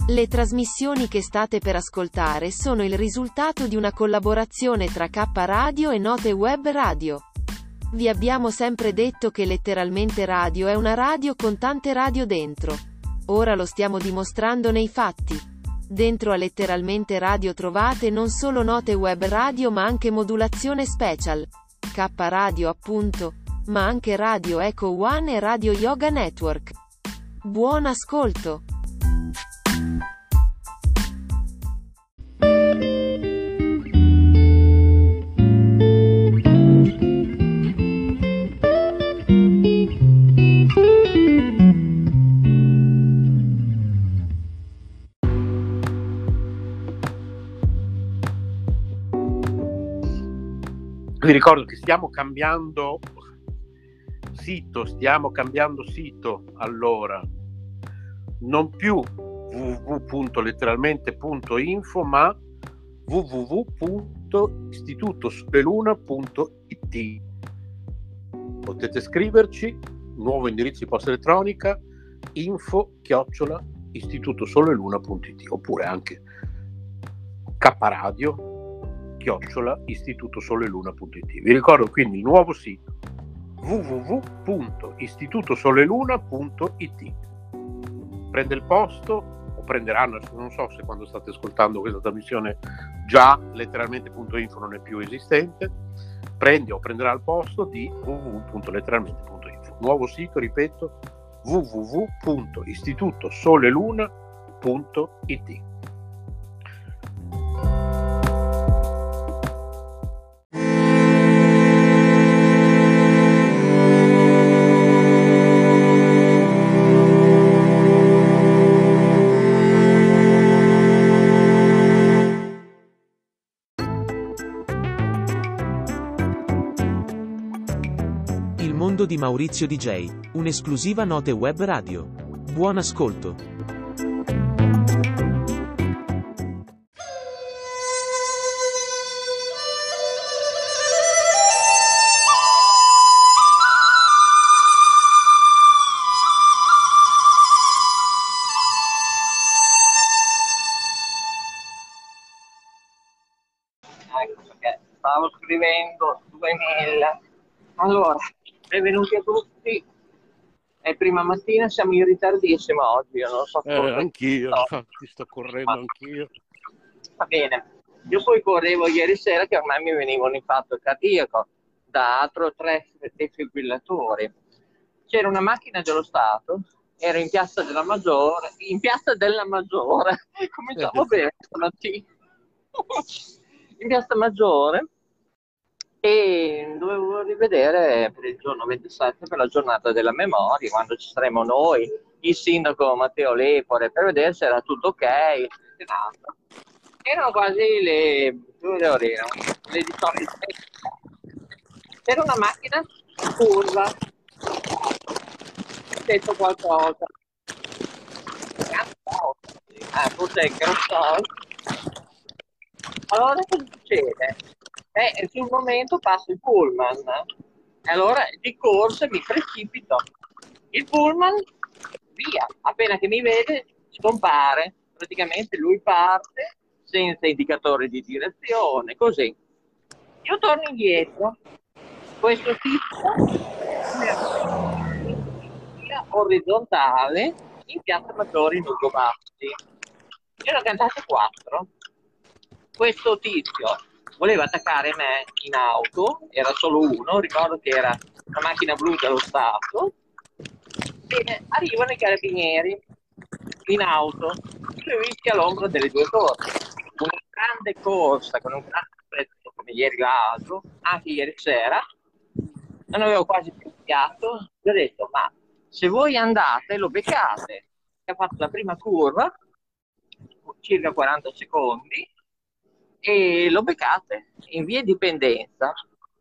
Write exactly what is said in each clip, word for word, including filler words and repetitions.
Le trasmissioni che state per ascoltare sono il risultato di una collaborazione tra K Radio e Note Web Radio. Vi abbiamo sempre detto che Letteralmente Radio è una radio con tante radio dentro. Ora lo stiamo dimostrando nei fatti. Dentro a Letteralmente Radio trovate non solo Note Web Radio ma anche Modulazione Special, K Radio appunto, ma anche Radio Echo One e Radio Yoga Network. Buon ascolto! Vi ricordo che stiamo cambiando sito, stiamo cambiando sito, allora, non più w w w punto letteralmente punto info ma w w w punto istituto soleluna punto i t. Potete scriverci, nuovo indirizzo di posta elettronica, info chiocciola istitutosoleluna punto i t, oppure anche K Radio chiocciola istitutosoleluna punto i t. Vi ricordo quindi il nuovo sito w w w punto istitutosoleluna punto i t. Prende il posto, o prenderanno, non so se quando state ascoltando questa trasmissione già letteralmente punto info non è più esistente, prende o prenderà il posto di w w w punto letteralmente punto info. Nuovo sito, ripeto, w w w punto istitutosoleluna punto i t. Di Maurizio D J, un'esclusiva Note Web Radio. Buon ascolto. Ecco perché stavo scrivendo due mail. Allora, benvenuti a tutti. È prima mattina, siamo in ritardissimo oggi. Io non so eh, anch'io, no. infatti sto correndo Ma... anch'io. Va bene. Io poi correvo ieri sera che ormai mi veniva un infarto cardiaco da altro tre defibrillatori. C'era una macchina dello Stato, ero in piazza della Maggiore, in piazza della Maggiore, cominciamo eh, bene stamattina. In piazza Maggiore. E dovevo rivedere per il giorno ventisette, per la giornata della memoria, quando ci saremo noi, il sindaco Matteo Lepore, per vedere se era tutto ok. Erano quasi le, due ore erano, le diciotto. C'era una macchina curva, ho detto qualcosa. Ah, cos'è che non so. Allora cosa succede? Eh, sul momento passa il pullman e allora di corsa mi precipito. Il pullman via, appena che mi vede scompare, praticamente lui parte senza indicatore di direzione, così. Io torno indietro, questo tipo via orizzontale in piazza Maggiore in Ugobasti. Io ne ho cantate quattro. Questo tizio voleva attaccare me in auto, era solo uno, ricordo che era una macchina blu dello Stato. Bene, arrivano i carabinieri in auto, lui visti all'ombra delle due torri. Una grande corsa con un grande prezzo come ieri l'altro, anche ieri sera, non avevo quasi più fiato, gli ho detto, ma se voi andate lo beccate. E ha fatto la prima curva, circa quaranta secondi, e lo beccate in via Dipendenza.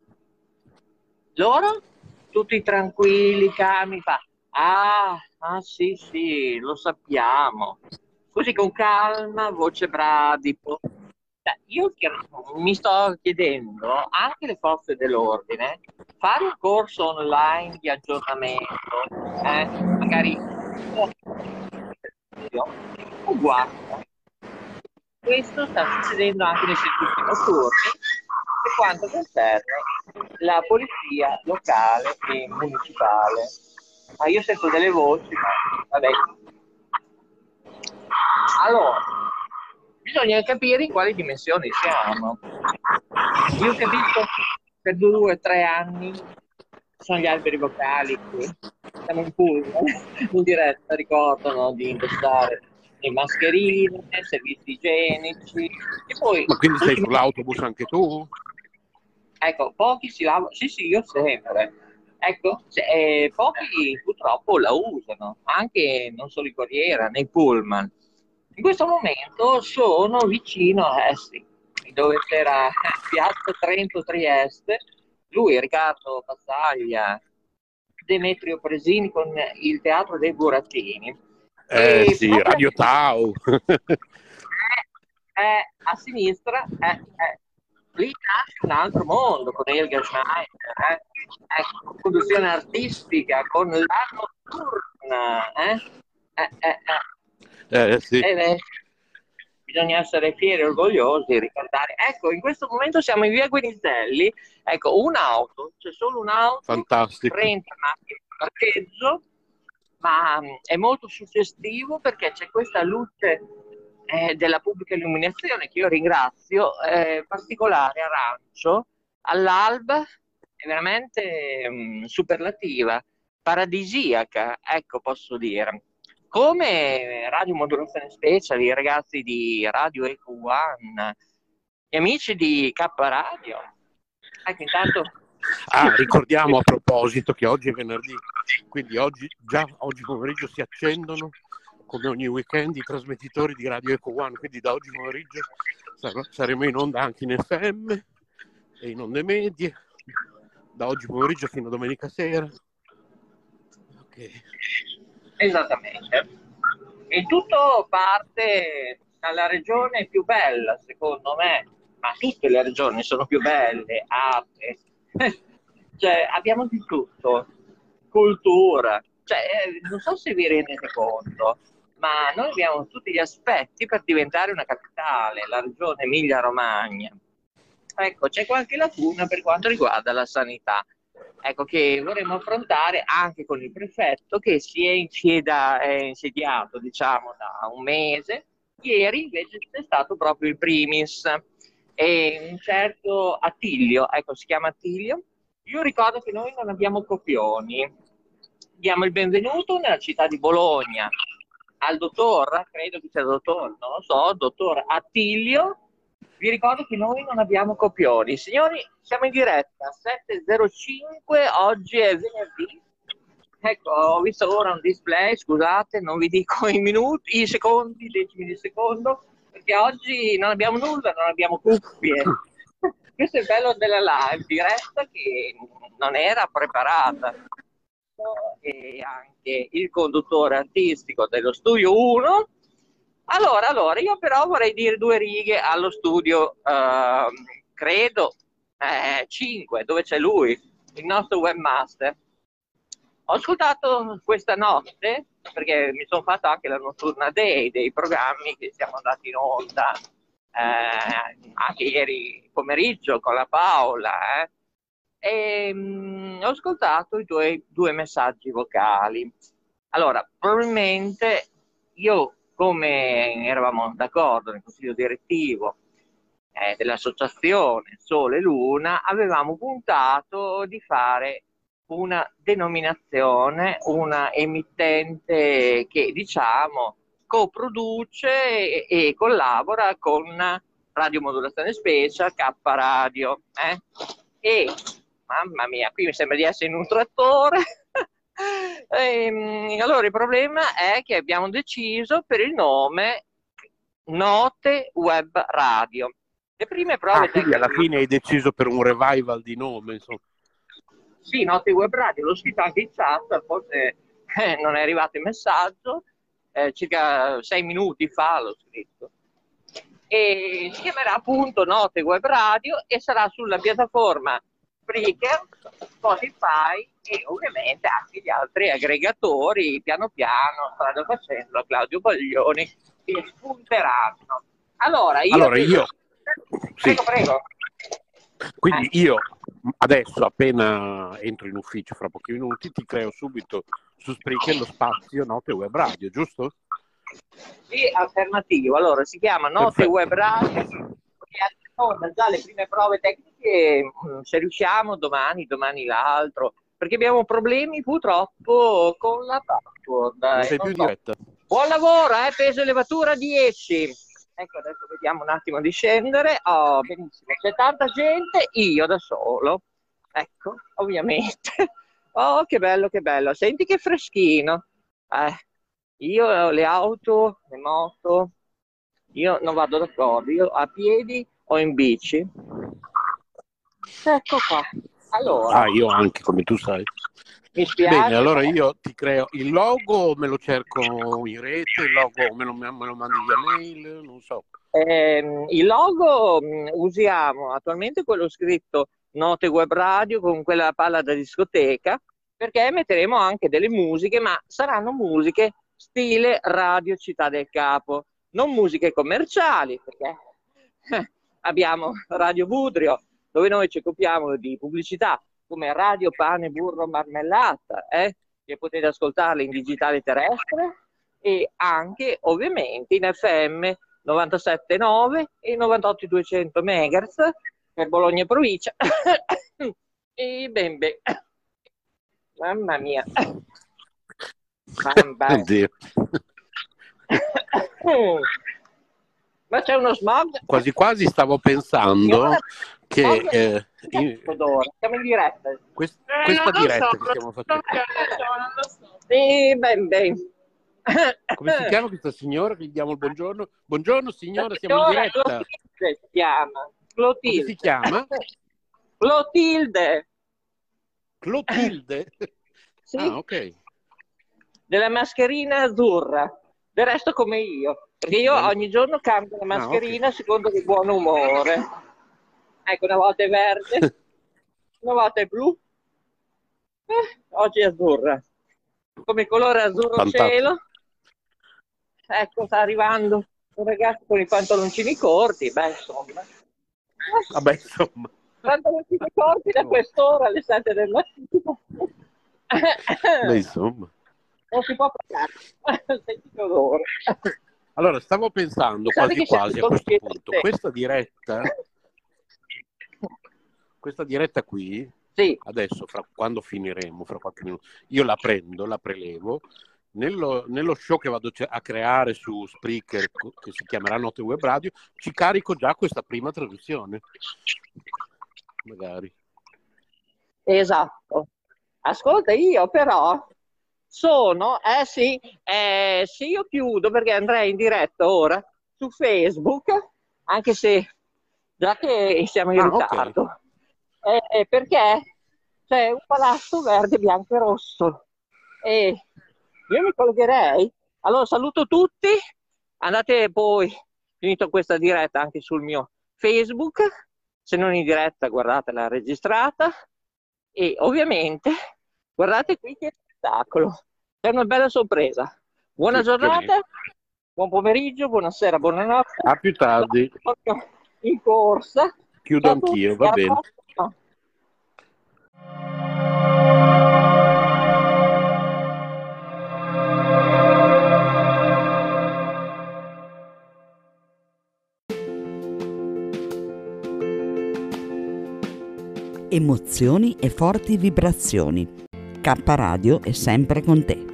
Loro tutti tranquilli, calmi, fa ah, ah sì sì, lo sappiamo, così con calma, voce bradipo. Cioè, io mi sto chiedendo anche le forze dell'ordine fare un corso online di aggiornamento, eh? Magari Oh, guarda, questo sta succedendo anche nei servizi notturni per quanto concerne la polizia locale e municipale. Ma io sento delle voci, ma vabbè. Allora, bisogna capire in quali dimensioni siamo. Io capisco per due o tre anni sono gli alberi vocali qui. Siamo in pullman, in diretta, ricordano di indossare le mascherine, servizi igienici e poi... Ma quindi sei sull'autobus anche tu? Ecco, pochi si lavano, sì sì, io sempre. Ecco, se, eh, pochi purtroppo la usano, anche non solo in corriera, nei pullman. In questo momento sono vicino a Essi, dove c'era Piazza Trento Trieste, lui, Riccardo Bassaglia, Demetrio Presini con il Teatro dei Burattini. Eh E sì, proprio Radio Tau. è, è a sinistra, è, è, lì nasce un altro mondo con Helga Schneider, eh? Ecco, conduzione artistica con la notturna, eh? Eh, eh, eh. Eh sì. Eh, beh, bisogna essere fieri e orgogliosi e ricordare. Ecco, in questo momento siamo in via Guinizelli, ecco, un'auto, c'è solo un'auto, Fantastico. trenta macchine di parcheggio, ma mh, è molto suggestivo perché c'è questa luce eh, della pubblica illuminazione che io ringrazio, eh, particolare arancio, all'alba, è veramente mh, superlativa, paradisiaca, ecco, posso dire. Come Radio Modulazione Special, i ragazzi di Radio Eco One, gli amici di K Radio. Ecco, intanto... Ah, ricordiamo a proposito che oggi è venerdì, quindi oggi, già oggi pomeriggio si accendono, come ogni weekend, i trasmettitori di Radio Eco One, quindi da oggi pomeriggio sar- saremo in onda anche in F M e in onde medie, da oggi pomeriggio fino a domenica sera. Ok. Esattamente. E tutto parte dalla regione più bella, secondo me, ma tutte le regioni sono più belle, apre. Cioè, abbiamo di tutto, cultura, cioè, eh, non so se vi rendete conto, ma noi abbiamo tutti gli aspetti per diventare una capitale, la regione Emilia-Romagna. Ecco, c'è qualche lacuna per quanto riguarda la sanità, ecco, che vorremmo affrontare anche con il prefetto che si è, insieda, è insediato, diciamo, da un mese. Ieri invece c'è stato proprio il primis, e un certo Attilio, ecco, si chiama Attilio. Io ricordo che noi non abbiamo copioni. Diamo il benvenuto nella città di Bologna al dottor, credo che sia il dottor, non lo so, dottor Attilio. Vi ricordo che noi non abbiamo copioni. Signori, siamo in diretta, sette e zero cinque, oggi è venerdì. Ecco, ho visto ora un display, scusate, non vi dico i minuti, i secondi, i decimi di secondo, perché oggi non abbiamo nulla, non abbiamo cuffie. Questo è il bello della live diretta che non era preparata. E anche il conduttore artistico dello Studio uno. Allora, allora, io però vorrei dire due righe allo studio, uh, credo, eh, cinque, dove c'è lui, il nostro webmaster. Ho ascoltato questa notte, perché mi sono fatto anche la notturna day dei programmi che siamo andati in onda, eh, anche ieri pomeriggio con la Paola, eh, e mh, ho ascoltato i tuoi due messaggi vocali. Allora, probabilmente io, come eravamo d'accordo nel consiglio direttivo eh, dell'associazione Sole e Luna, avevamo puntato di fare una denominazione, una emittente che, diciamo, coproduce e, e collabora con Radio Modulazione Special, K Radio. Eh? E, mamma mia, qui mi sembra di essere in un trattore. E, allora il problema è che abbiamo deciso per il nome Note Web Radio. Le prime prove ah, quindi alla fine hai deciso per un revival di nome, insomma. Sì, Note Web Radio, l'ho scritto anche in chat, forse eh, non è arrivato il messaggio, eh, circa sei minuti fa l'ho scritto. E si chiamerà appunto Note Web Radio e sarà sulla piattaforma Spreaker, Spotify e ovviamente anche gli altri aggregatori, piano piano, strada facendo, Claudio Baglioni che spunteranno. Allora, io... Allora, io... Prego, sì. prego. Quindi Eh. io adesso, appena entro in ufficio fra pochi minuti, ti creo subito su Spreaker lo spazio Note Web Radio, giusto? Sì, alternativo. Allora, si chiama Note Perfetto. Web Radio. E già le prime prove tecniche, se riusciamo domani, domani l'altro, perché abbiamo problemi purtroppo con la password. Non eh, sei non più so. diretta. Buon lavoro, eh, peso elevatura dieci. Ecco, adesso vediamo un attimo di scendere. Oh, benissimo, c'è tanta gente, io da solo. Ecco, ovviamente. Oh, che bello, che bello. Senti che freschino. Eh, io le auto, le moto, io non vado d'accordo. Io a piedi o in bici. Ecco qua. Allora. Ah, io anche, come tu sai. Mi spiace. Bene, allora io ti creo il logo, me lo cerco in rete, il logo me lo, me lo mandi via mail, non so. Eh, il logo mh, usiamo attualmente quello scritto Note Web Radio con quella palla da discoteca, perché metteremo anche delle musiche, ma saranno musiche stile Radio Città del Capo, non musiche commerciali, perché eh, abbiamo Radio Budrio, dove noi ci occupiamo di pubblicità, come Radio Pane, Burro, Marmellata, eh, che potete ascoltarle in digitale terrestre e anche ovviamente in F M novantasette virgola nove e novantotto duecento megahertz per Bologna e provincia. E ben ben. Mamma mia. Mamma. Oddio. Ma c'è uno smog? Quasi quasi stavo pensando che eh, in, siamo in diretta. Quest, questa diretta so, che stiamo facendo. Sì, ben ben. Come si chiama questa signora che gli diamo il buongiorno? Buongiorno signora, siamo in diretta. Clotilde si chiama. Clotilde. Come si chiama? Clotilde. Clotilde? Sì. Ah, ok. Della mascherina azzurra. Del resto come io. Perché io ogni giorno cambio la mascherina ah, okay. secondo il buon umore. Ecco, una volta è verde, una volta è blu, eh, oggi è azzurra. Come colore azzurro Fantastico. Cielo. Ecco, sta arrivando un ragazzo con i pantaloncini corti, beh insomma. Vabbè insomma. Pantaloncini corti da quest'ora alle sette del mattino. Beh insomma. Non si può parlare. Senti che odore. Allora, stavo pensando quasi quasi a questo punto. Questa diretta, questa diretta qui, sì. Adesso, fra, quando finiremo, fra qualche minuto, io la prendo, la prelevo, nello, nello show che vado a creare su Spreaker, che si chiamerà Note Web Radio, ci carico già questa prima traduzione. Magari. Esatto. Ascolta, io però... Sono, eh sì, eh sì, io chiudo perché andrei in diretta ora su Facebook, anche se già che siamo in ah, ritardo, okay. eh, perché c'è un palazzo verde, bianco e rosso e io mi collegherei. Allora saluto tutti, andate poi, finito questa diretta, anche sul mio Facebook, se non in diretta guardatela registrata e ovviamente guardate qui che spettacolo. È una bella sorpresa. Buona sì, giornata, buon pomeriggio, buonasera, buonanotte. A più tardi. In corsa. Chiudo anch'io, va bene. Emozioni e forti vibrazioni. K Radio è sempre con te.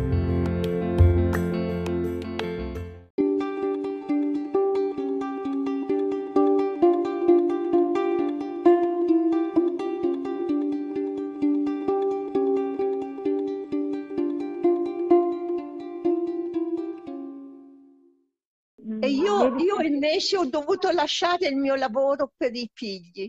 E io, io invece ho dovuto lasciare il mio lavoro per i figli.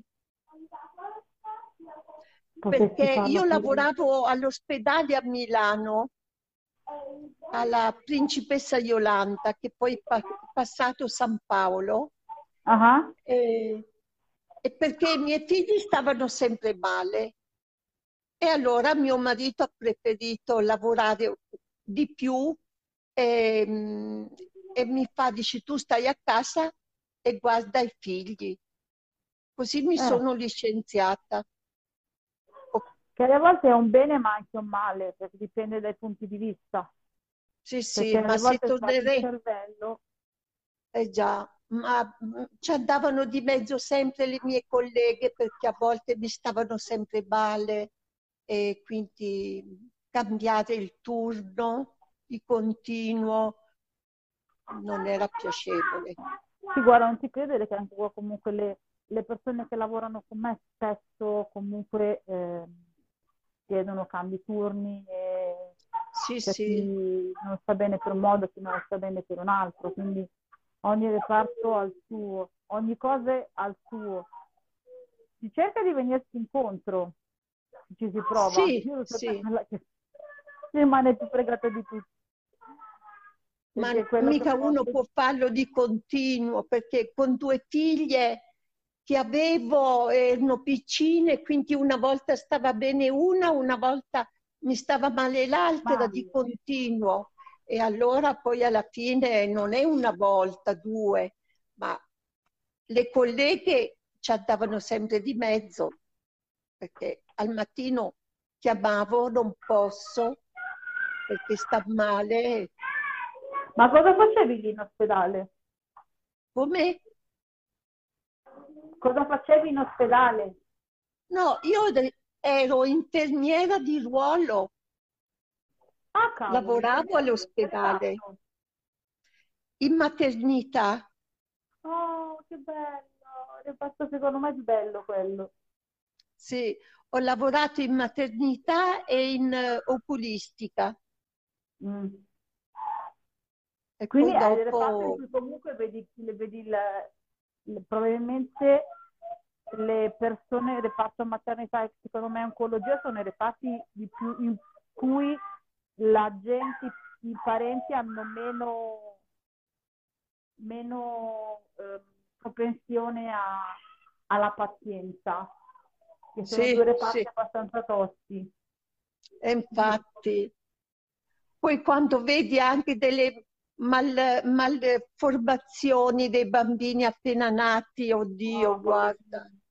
Perché io lavoravo all'ospedale a Milano, alla principessa Yolanda, che poi è passato San Paolo, uh-huh. e, e perché i miei figli stavano sempre male. E allora mio marito ha preferito lavorare di più e, e mi fa, dici tu stai a casa e guarda i figli. Così mi Eh. sono licenziata. Che alle volte è un bene ma anche un male, perché dipende dai punti di vista. Sì, sì, Perché ma alle se volte sta il tornerei, cervello. eh già, ma mm, ci andavano di mezzo sempre le mie colleghe perché a volte mi stavano sempre male e quindi cambiare il turno di continuo non era piacevole. Sì, guarda, non ti credere che anche qua comunque le, le persone che lavorano con me spesso comunque eh, chiedono cambi turni e Sì, c'è sì, chi non sta bene per un modo, chi non sta bene per un altro, quindi ogni reparto ha il suo, ogni cosa ha il suo. Si cerca di venirsi incontro, ci si prova. sì, Io sono sì. quella che rimane più fregata di tutti. Ma Perché quello che mica uno posso... può farlo di continuo, perché con due figlie che avevo erano piccine, quindi una volta stava bene una, una volta mi stava male l'altra di continuo. E allora poi alla fine non è una volta, due, ma le colleghe ci andavano sempre di mezzo, perché al mattino chiamavo, non posso, perché sta male. Ma cosa facevi lì in ospedale? Come? Cosa facevi in ospedale? No, io de- ero infermiera di ruolo, Ah, cavolo, lavoravo infermiera di che all'ospedale, reparto? in maternità. Oh, che bello! Il reparto secondo me è bello quello. Sì, ho lavorato in maternità e in eh, oculistica. Mm. E Quindi poi è il reparto in dopo, cui comunque vedi, vedi il, il- probabilmente le persone, il reparto maternità e secondo me oncologia sono i reparti di più in cui la gente, i parenti hanno meno, meno eh, propensione a- alla pazienza, che sono due sì, reparti sì, abbastanza tosti. e infatti. Poi quando vedi anche delle mal- malformazioni dei bambini appena nati, oddio, Oh, guarda. poverino.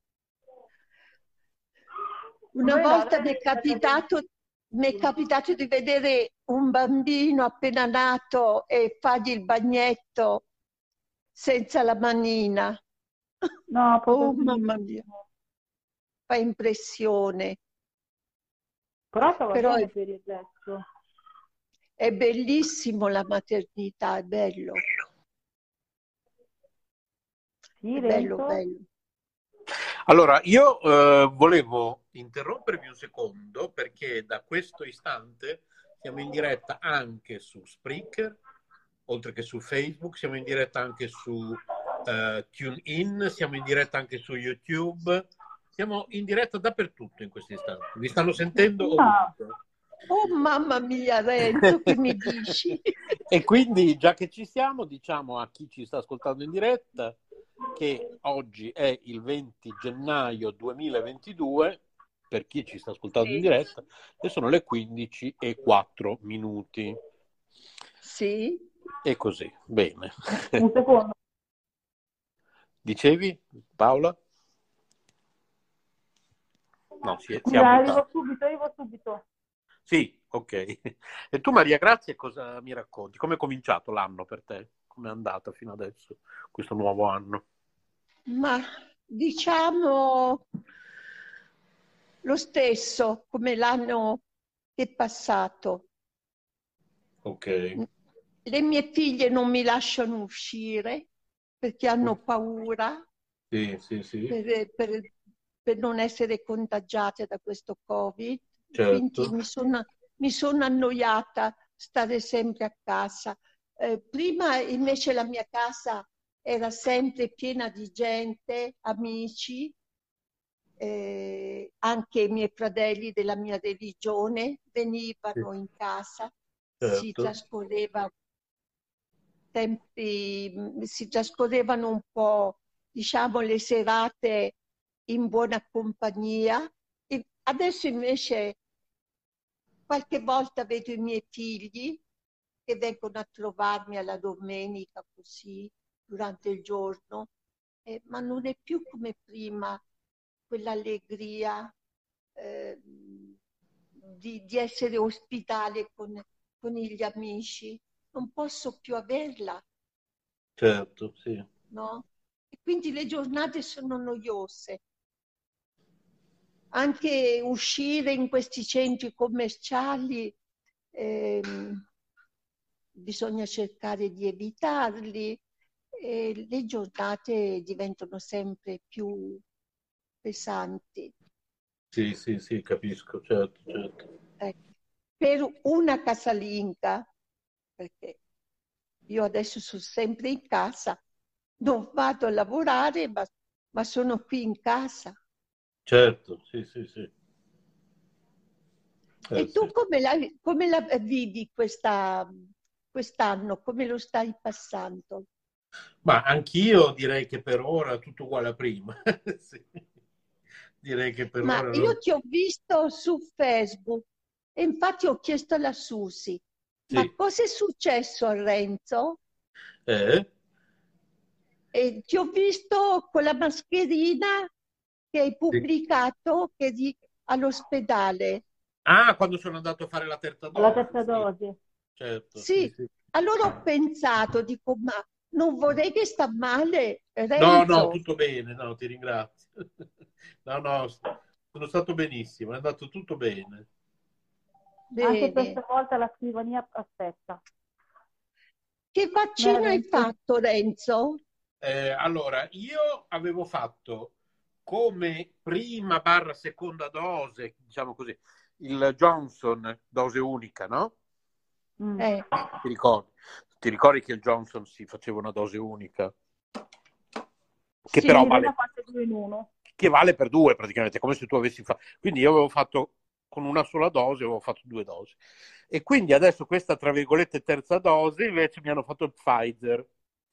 Una Noi da volta noi mi è della gente- capitato, mi è capitato di vedere un bambino appena nato e fargli il bagnetto senza la manina. No, Oh, poverino. mamma mia, fa impressione. Però stava Però è, bene per il resto. è bellissimo la maternità, è bello, Sì, è bello, Renzo? bello. Allora, io eh, volevo interrompervi un secondo perché da questo istante siamo in diretta anche su Spreaker, oltre che su Facebook, siamo in diretta anche su eh, TuneIn, siamo in diretta anche su YouTube, siamo in diretta dappertutto in questo istante. Vi stanno sentendo Ah, ovunque. Oh, mamma mia, Renzo, che mi dici? E quindi, già che ci siamo, diciamo a chi ci sta ascoltando in diretta che oggi è il venti gennaio duemilaventidue, per chi ci sta ascoltando in Sì. diretta, e sono le quindici e quattro minuti. Sì. E così, bene. un secondo. Dicevi, Paola? No, si è, si è Scusa, ammutato. arrivo subito, arrivo subito. Sì, ok. E tu, Maria Grazia, cosa mi racconti? Come è cominciato l'anno per te? Come è andata fino adesso, questo nuovo anno? Ma diciamo lo stesso come l'anno che è passato. Ok. Le mie figlie non mi lasciano uscire perché hanno paura Sì, sì, sì. per, per- per non essere contagiate da questo Covid. Certo. Quindi mi sono, mi sono annoiata stare sempre a casa. Eh, prima invece la mia casa era sempre piena di gente, amici, eh, anche i miei fratelli della mia religione venivano in casa, si Certo. trascorreva tempi, si trascorrevano un po', diciamo, le serate in buona compagnia. E adesso invece qualche volta vedo i miei figli che vengono a trovarmi alla domenica così, durante il giorno, eh, ma non è più come prima quell'allegria eh, di, di essere ospitale con, con gli amici. Non posso più averla. Certo, sì. No? E quindi le giornate sono noiose. Anche uscire in questi centri commerciali ehm, bisogna cercare di evitarli e le giornate diventano sempre più pesanti. Sì, sì, sì, capisco, certo, certo. Ecco. Per una casalinga, perché io adesso sono sempre in casa, non vado a lavorare, ma, ma sono qui in casa. Certo, sì, sì, sì. Eh, E tu sì. come la, come la vivi questa, quest'anno? Come lo stai passando? Ma anch'io direi che per ora tutto uguale a prima. Sì. Direi che per Ma ora io non... ti ho visto su Facebook e infatti ho chiesto alla Susi, ma Sì. cosa è successo a Renzo? Eh? E ti ho visto con la mascherina che hai pubblicato che di, all'ospedale. Ah, quando sono andato a fare la terza dose. La terza sì. dose. Certo, Sì, sì, sì. allora ho pensato, dico, ma non vorrei che sta male No, Renzo. no, tutto bene, no, ti ringrazio. No, no, sono stato benissimo, è andato tutto bene. Anche Bene. questa volta la scrivania aspetta. Che vaccino hai fatto, Renzo? Eh, allora, io avevo fatto come prima barra seconda dose, diciamo così, il Johnson, dose unica, no? Mm. Eh. Ti ricordi? Ti ricordi che il Johnson si faceva una dose unica? Che Sì, però mi vale, fatte due in uno. che vale per due praticamente, come se tu avessi fatto. Quindi io avevo fatto con una sola dose, avevo fatto due dosi. E quindi adesso questa, tra virgolette, terza dose, invece mi hanno fatto il Pfizer.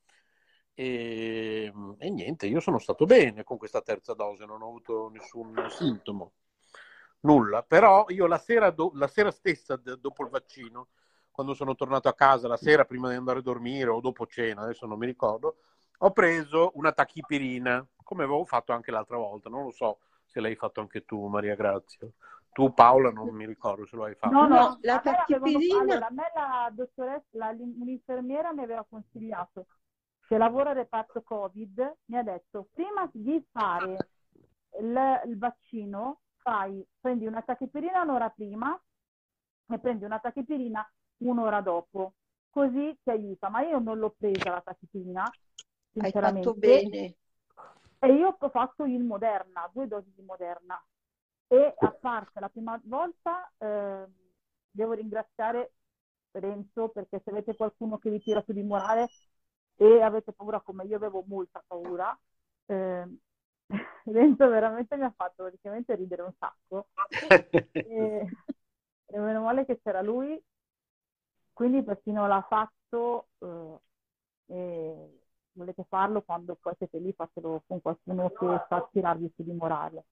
E, e niente, io sono stato bene con questa terza dose, non ho avuto nessun sintomo, nulla. Però io la sera, do, la sera stessa d- dopo il vaccino, quando sono tornato a casa, la sera prima di andare a dormire o dopo cena, adesso non mi ricordo, ho preso una tachipirina, come avevo fatto anche l'altra volta. Non lo so se l'hai fatto anche tu, Maria Grazia. Tu, Paola, non mi ricordo se lo hai fatto. No, no, No, la a me l'avevano- tachipirina- allora, a me la dottoressa, la- un'infermiera mi aveva consigliato, che lavora al reparto Covid, mi ha detto, prima di fare il, il vaccino, fai, prendi una tachipirina un'ora prima e prendi una tachipirina un'ora dopo, così ti aiuta. Ma io non l'ho presa la tachipirina, Hai sinceramente. fatto bene. E io ho fatto il Moderna, due dosi di Moderna. E a parte la prima volta, eh, devo ringraziare Renzo, perché se avete qualcuno che vi tira su di morale e avete paura come io avevo molta paura, eh, Renzo veramente mi ha fatto praticamente ridere un sacco. e, e meno male che c'era lui, quindi persino l'ha fatto. Eh, e volete farlo quando poi siete lì, fatelo con qualcuno che sa tirarvi su di morale.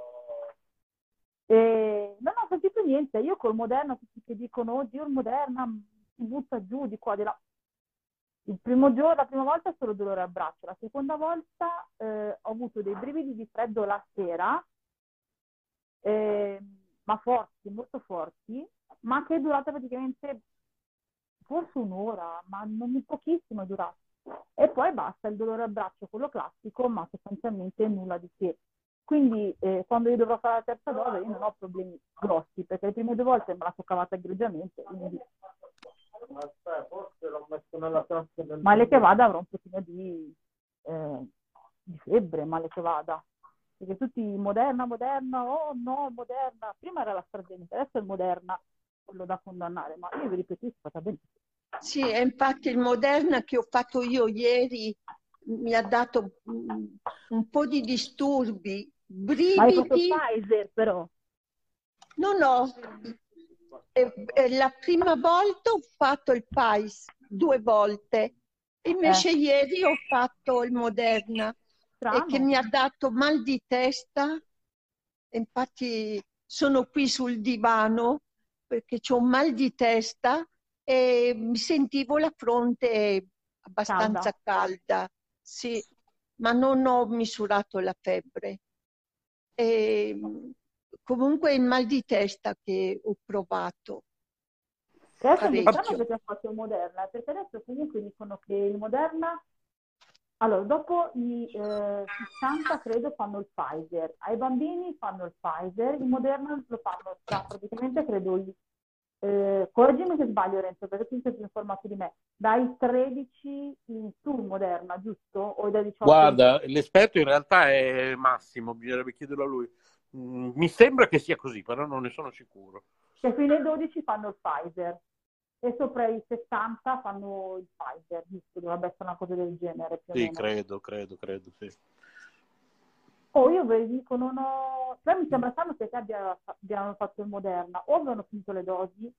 E non ho sentito niente. Io col Moderna, tutti che dicono oddio il Moderna si butta giù di qua di là. Il primo giorno, la prima volta solo dolore al braccio, la seconda volta eh, ho avuto dei brividi di freddo la sera, eh, ma forti, molto forti, ma che è durata praticamente forse un'ora, ma non pochissimo è durato. E poi basta, il dolore al braccio, quello classico, ma sostanzialmente nulla di che. Quindi eh, quando io dovrò fare la terza dose io non ho problemi grossi, perché le prime due volte me la sono cavata egregiamente, quindi... Forse l'ho messo nella tasca del... Male che vada avrò un pochino di, eh, di febbre, male che vada. Perché tutti Moderna, Moderna, oh no, Moderna. Prima era la AstraZeneca, adesso è il Moderna, quello da condannare. Ma io vi ripeto, è stata benissimo. Sì, e infatti il Moderna che ho fatto io ieri mi ha dato un, un po' di disturbi, brividi. Ma hai fatto Pfizer però? No, no. E, e la prima volta ho fatto il Pfizer due volte, invece Eh. ieri ho fatto il Moderna, Strano. e che mi ha dato mal di testa. Infatti sono qui sul divano perché ho un mal di testa e mi sentivo la fronte abbastanza calda, sì, ma non ho misurato la febbre. E, comunque il mal di testa che ho provato. Adesso mi stanno che ti ha fatto il Moderna, perché adesso comunque dicono che il Moderna, allora dopo i eh, sessanta credo fanno il Pfizer, ai bambini fanno il Pfizer, il Moderna lo fanno già praticamente credo il, eh, correggimi se sbaglio Renzo, perché tu sei più informato di me, dai tredici in su Moderna, giusto? O dai diciotto? Guarda, l'esperto in realtà è Massimo, bisognerebbe chiederlo a lui. Mm, mi sembra che sia così, però non ne sono sicuro. Che fino ai dodici fanno il Pfizer e sopra i sessanta fanno il Pfizer, giusto? Dovrebbe essere una cosa del genere più o Sì, meno. credo, credo, credo, sì. Oh, io ve dico, non ho... Cioè, mi sembra strano che te abbia, abbiano fatto il Moderna, o avevano finito le dosi,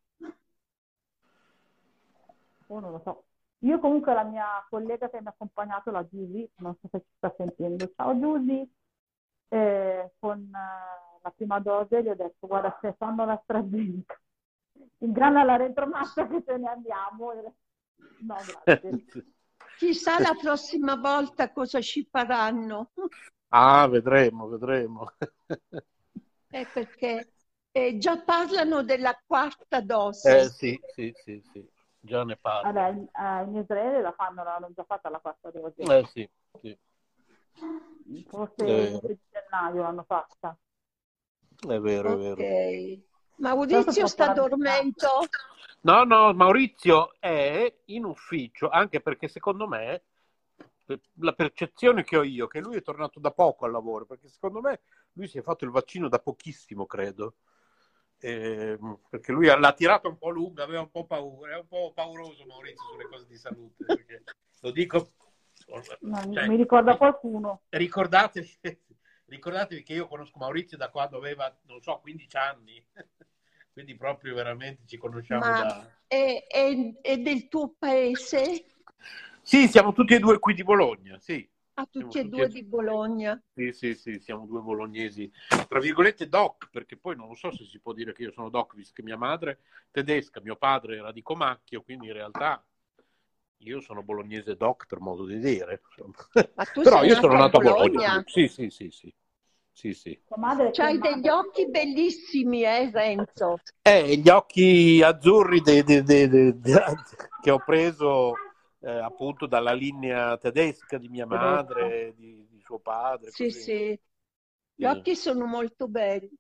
o non lo so. Io comunque la mia collega che mi ha accompagnato, la Giusy, non so se ci sta sentendo, ciao Giusy, eh, con eh, la prima dose gli ho detto, guarda, se fanno la AstraZeneca, in grana la retromassa che ce ne andiamo. No, grazie. Chissà la prossima volta cosa ci faranno. Ah, vedremo, vedremo. Eh, perché eh, già parlano della quarta dose. Eh sì, sì, sì, sì, già ne parlo. Allora, in, eh, in Israele la fanno, l'hanno già fatta la quarta dose. Eh sì, sì. Forse inizio di gennaio l'hanno fatta. È vero, Ok. è vero. Maurizio sta dormendo? No, no, Maurizio è in ufficio, anche perché secondo me la percezione che ho io, che lui è tornato da poco al lavoro, perché secondo me lui si è fatto il vaccino da pochissimo, credo. Eh, perché lui l'ha tirato un po' lunga, aveva un po' paura, è un po' pauroso Maurizio sulle cose di salute, perché lo dico... No, cioè, mi ricorda qualcuno. Ricordatevi, ricordatevi che io conosco Maurizio da quando aveva, non so, quindici anni, quindi proprio veramente ci conosciamo. Ma da... è, è, è del tuo paese? Sì, siamo tutti e due qui di Bologna, sì. Ah, tutti Siamo e due di Bologna. Sì, sì, sì, siamo due bolognesi, tra virgolette doc, perché poi non lo so se si può dire che io sono doc, visto che mia madre è tedesca, mio padre era di Comacchio, quindi in realtà io sono bolognese doc per modo di dire. Ma tu Però sei io sono nato a Bologna? Bologna. Sì, sì, sì, sì. Sì, sì. C'hai degli occhi bellissimi, eh, Renzo? Eh, gli occhi azzurri de, de, de, de, de, che ho preso eh, appunto dalla linea tedesca di mia madre, di, di suo padre. Sì, così. sì. Gli occhi sono molto belli.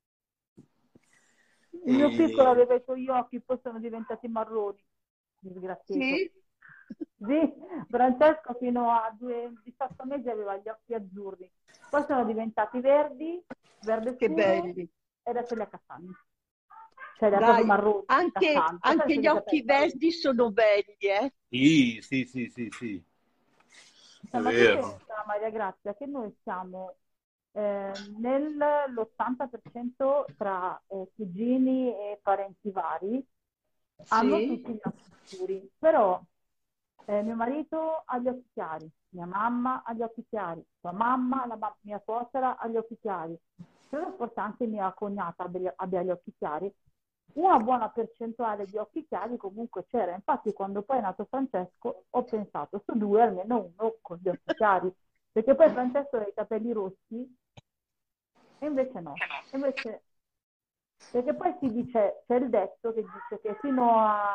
Il mio piccolo aveva i suoi occhi, poi sono diventati marroni. Disgrazioso. Sì? Sì, Francesco fino a due, diciotto mesi aveva gli occhi azzurri, poi sono diventati verdi, verde Che scuro, belli. e adesso li ha castani. Cioè li ha Dai, proprio marroni. anche, castani. anche gli occhi verdi sono belli, eh? Sì, sì, sì, sì, sì. È Ma tu vero. pensa, Maria Grazia, che noi siamo eh, nell'ottanta per cento tra eh, cugini e parenti vari, hanno Sì. tutti gli occhi scuri, però eh, mio marito ha gli occhi chiari, mia mamma ha gli occhi chiari, sua mamma, la ma- mia suocera ha gli occhi chiari, credo forse anche mia cognata abbia, abbia gli occhi chiari. Una buona percentuale di occhi chiari comunque c'era, infatti quando poi è nato Francesco ho pensato su due almeno uno con gli occhi chiari, perché poi Francesco aveva i capelli rossi e invece no, invece, perché poi si dice, c'è il detto che dice che fino a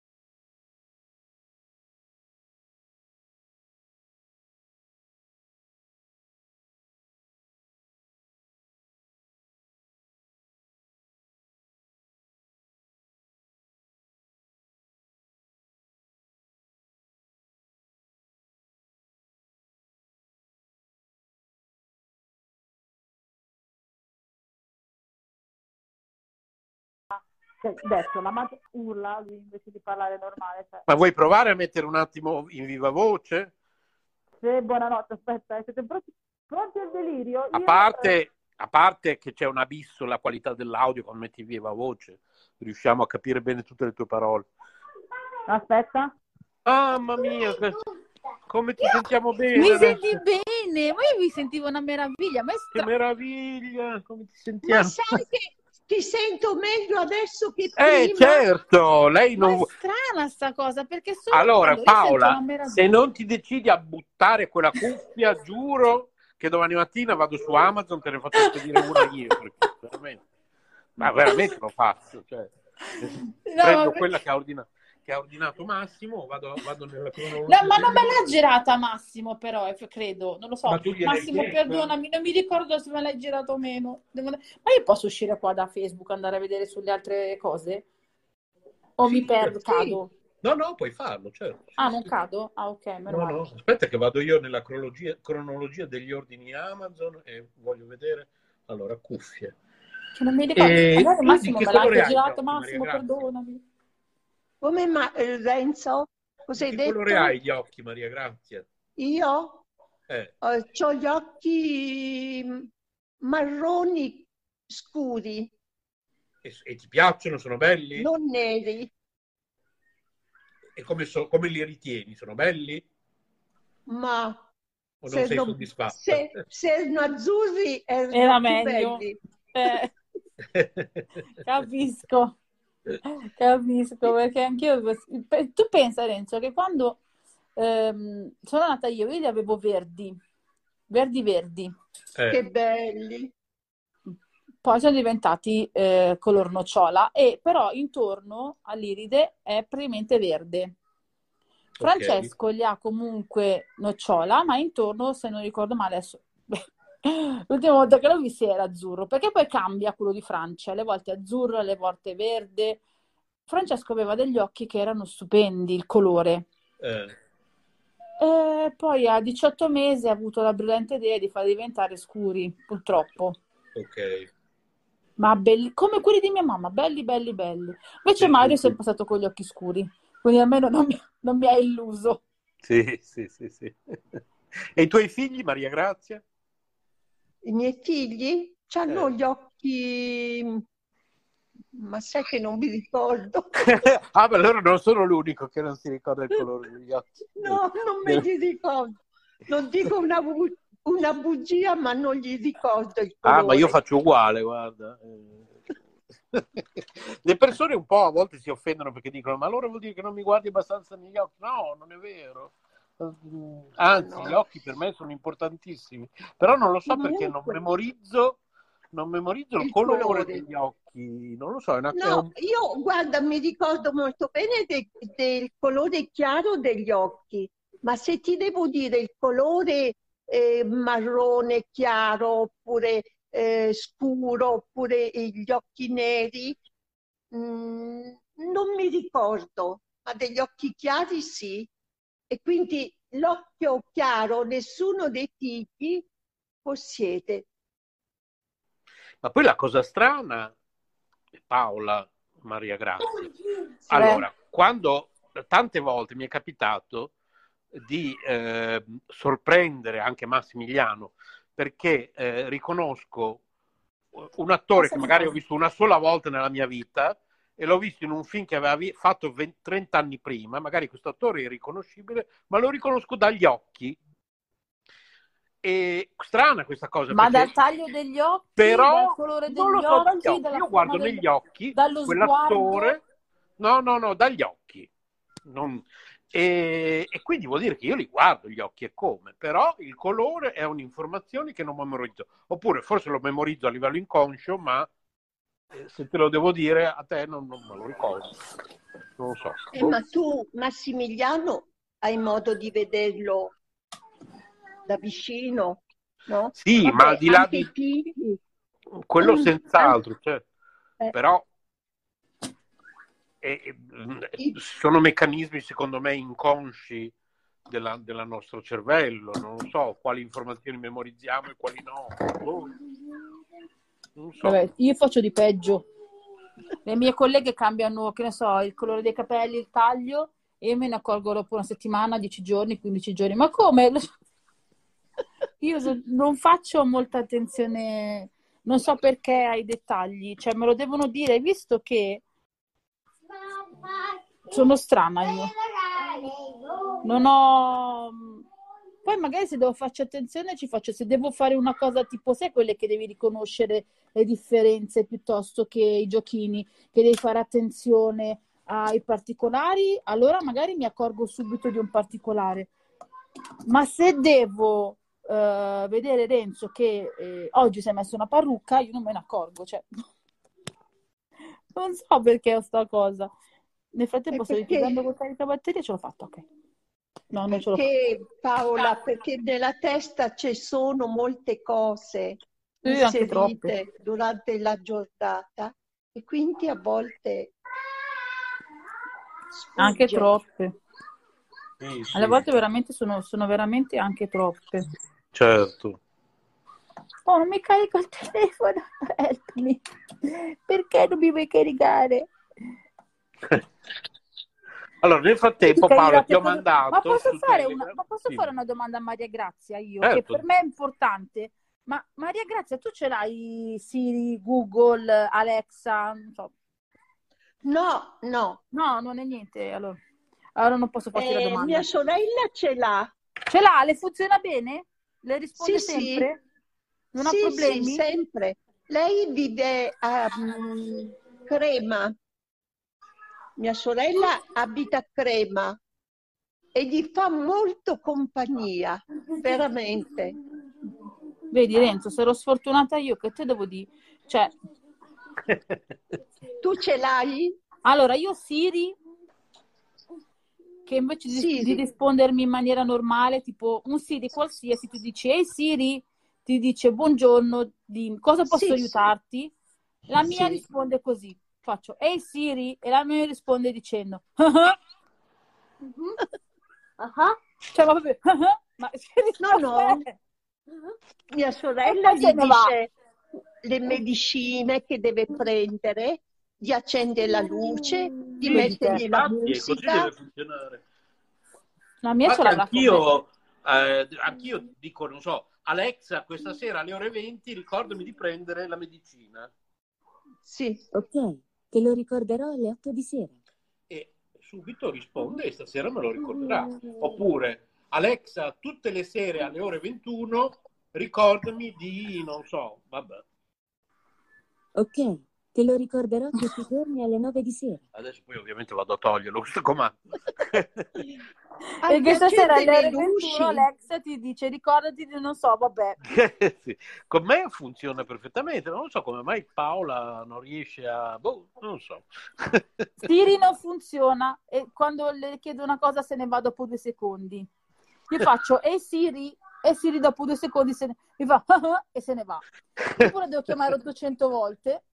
detto, la madre urla invece di parlare normale. Cioè. Ma vuoi provare a mettere un attimo in viva voce? Sì, buonanotte, aspetta, eh, siete pronti, pronti al delirio? A Io, parte, eh... a parte che c'è un abisso la qualità dell'audio quando metti in viva voce, riusciamo a capire bene tutte le tue parole. Aspetta. Mamma mia, come ti sentiamo bene Mi adesso? senti bene? Ma io mi sentivo una meraviglia. Ma Che sta... meraviglia, come ti sentiamo? Ma sai che, ti sento meglio adesso che Eh, prima. certo, lei Ma non... è strana sta cosa, perché solo Allora, quando io sento Paola, una meraviglia. se non ti decidi a buttare quella cuffia, giuro che domani mattina vado su Amazon, te ne faccio spedire una io, perché veramente, ma veramente lo faccio, cioè, No, prendo ma... quella che ha ordinato, che ha ordinato Massimo, vado, vado nella No, cronologia. ma non me l'ha girata Massimo, però, eh, credo, non lo so. Ma tu gliel'hai Massimo, chiesta? perdonami, non mi ricordo se me l'hai girato o meno. Devo... Ma io posso uscire qua da Facebook, andare a vedere sulle altre cose? O Sì, mi perdo, sì. cado? No, no, puoi farlo, certo. Ah, Sì, non sì. cado? Ah, ok, meno No, male. no, aspetta che vado io nella cronologia, cronologia degli ordini Amazon e voglio vedere, allora, cuffie. Che non mi ricordo. E Magari tu di Massimo che me l'ha colore anche hai gli girato, occhi, Maria Massimo, Grazia? perdonami. Come ma- eh, Renzo? Cosa Di hai che colore detto? hai gli occhi, Maria Grazia? Io Eh, ho gli occhi marroni scuri, e, e ti piacciono? Sono belli? non neri, E come, so- come li ritieni? Sono belli? ma O non se sei non- soddisfatta? se, se erano azzurri erano Era più meglio. belli. Eh, capisco. Capisco, perché anch'io... Tu pensa, Renzo, che quando ehm, sono nata io, io li avevo verdi, verdi verdi. Eh, Che belli. Poi sono diventati eh, color nocciola, e però intorno all'iride è praticamente verde. Francesco li ha comunque nocciola, ma intorno, se non ricordo male, adesso... l'ultima volta che l'ho visto era azzurro, perché poi cambia quello di Francia, alle volte azzurro, alle volte verde. Francesco aveva degli occhi che erano stupendi, il colore. eh, E poi a diciotto mesi ha avuto la brillante idea di farli diventare scuri, purtroppo. ok. Ma belli, come quelli di mia mamma, belli, belli, belli. Invece Sì, Mario è sì, sì. sempre stato con gli occhi scuri, quindi almeno non mi, non mi ha illuso. Sì, sì, sì, sì. E i tuoi figli, Maria Grazia? I miei figli hanno Eh. gli occhi, ma sai che non mi ricordo. Ah, ma allora non sono l'unico che non si ricorda il colore degli occhi. No, non me li ricordo. Non dico una, bu- una bugia, ma non gli ricordo il colore. Ah, ma io faccio uguale, guarda. Le persone un po' a volte si offendono perché dicono: ma allora vuol dire che non mi guardi abbastanza negli occhi? No, non è vero. Anzi, no. Gli occhi per me sono importantissimi, però non lo so perché non Comunque, memorizzo, non memorizzo il, il colore, colore. degli occhi. Non lo so, è una, è No, un... io guarda, mi ricordo molto bene de- del colore chiaro degli occhi, ma se ti devo dire il colore eh, marrone chiaro oppure eh, scuro oppure gli occhi neri, mh, non mi ricordo, ma degli occhi chiari sì. E quindi l'occhio chiaro nessuno dei figli possiede. Ma poi la cosa strana, Paola, Maria Grazia, allora, quando tante volte mi è capitato di eh, sorprendere anche Massimiliano, perché eh, riconosco un attore che magari ho visto una sola volta nella mia vita e l'ho visto in un film che aveva fatto venti, trenta anni prima, magari questo attore è irriconoscibile, ma lo riconosco dagli occhi. E strana questa cosa. Ma perché... dal taglio degli occhi, però dal colore degli non lo so, dagli occhi, occhi. dalla Io guardo forma negli del... occhi dallo quell'attore, sguardo. no, no, no, dagli occhi. Non... E, e quindi vuol dire che io li guardo gli occhi e come, però il colore è un'informazione che non memorizzo, oppure forse lo memorizzo a livello inconscio, ma eh, se te lo devo dire a te non, non me lo ricordo, non lo so. Eh, ma tu, Massimiliano, hai modo di vederlo da vicino, no? Sì, Vabbè, ma al di là anche di i figli. quello senz'altro, cioè, Eh. però E, e, sono meccanismi secondo me inconsci della, della nostro cervello, non so quali informazioni memorizziamo e quali no. Oh, non so. Vabbè, io faccio di peggio. Le mie colleghe cambiano, che ne so, il colore dei capelli, il taglio, e io me ne accorgo dopo una settimana, dieci giorni, quindici giorni. Ma come? Io non faccio molta attenzione, non so perché ai dettagli, cioè me lo devono dire, visto che sono strana io. Non ho... Poi magari se devo farci attenzione ci faccio, se devo fare una cosa tipo, sai quelle che devi riconoscere le differenze piuttosto che i giochini, che devi fare attenzione ai particolari, allora magari mi accorgo subito di un particolare. Ma se devo uh, vedere Renzo che eh, oggi si è messo una parrucca, io non me ne accorgo, cioè non so perché ho sta cosa. Nel frattempo sto richiedendo col caricabatterie e ce l'ho fatta, ok. No, non ce l'ho Perché, Paola, perché nella testa ci sono molte cose Sì, anche inserite durante la giornata e quindi a volte sfugge. Anche troppe. Sì, sì. Alle volte veramente sono, sono veramente anche troppe. Certo. Oh, non mi carico il telefono, help me. Perché non mi vuoi caricare? Allora, nel frattempo, Ti Paola, ti ho con- mandato. Ma posso, su fare Telegram- una, ma posso Sì. fare una domanda a Maria Grazia io? Certo. Che per me è importante. Ma Maria Grazia, tu ce l'hai Siri, Google, Alexa? Non so. No, no. No, non è niente. Allora, allora non posso farti la Eh, domanda. mia sorella ce l'ha. Ce l'ha? Le funziona bene? Le risponde Sì, sì. sempre? Non Sì, ha problemi? sì, sempre. Lei vive a mm, Crema. Mia sorella abita a Crema e gli fa molto compagnia, veramente. Vedi Renzo, se ero sfortunata io, che te devo dire? Cioè, Tu ce l'hai? allora io Siri, che invece di, Siri. di rispondermi in maniera normale, tipo un Siri qualsiasi, tu dici ehi Siri, ti dice buongiorno, dimmi, cosa posso Sì, aiutarti? La mia Sì. risponde così, faccio ehi Siri e la mia risponde dicendo Ah, cioè ma proprio ma No, no. Mia sorella E poi gli se ne va. dice le medicine che deve prendere, gli accende la luce, di Vedi mettergli te. la Infatti, è così musica. deve funzionare. La mia ce Infatti l'avrà con me. anch'io, eh, anch'io dico, non so, Alexa, questa sera alle ore venti ricordami di prendere la medicina. Sì. Ok, te lo ricorderò alle otto di sera. E subito risponde e stasera me lo ricorderà. Oppure, Alexa, tutte le sere alle ore ventuno ricordami di, non so, vabbè. Ok, te lo ricorderò tutti i giorni alle nove di sera. Adesso poi ovviamente vado a toglierlo questo comando. Perché stasera alle ore accende le luci. ventuno Alexa ti dice ricordati di non so, vabbè. Sì. Con me funziona perfettamente, non so come mai Paola non riesce a... Boh, non so. Siri non funziona e quando le chiedo una cosa se ne va dopo due secondi. Io faccio e Siri e Siri dopo due secondi se ne... mi fa e se ne va. Oppure devo chiamare ottocento volte.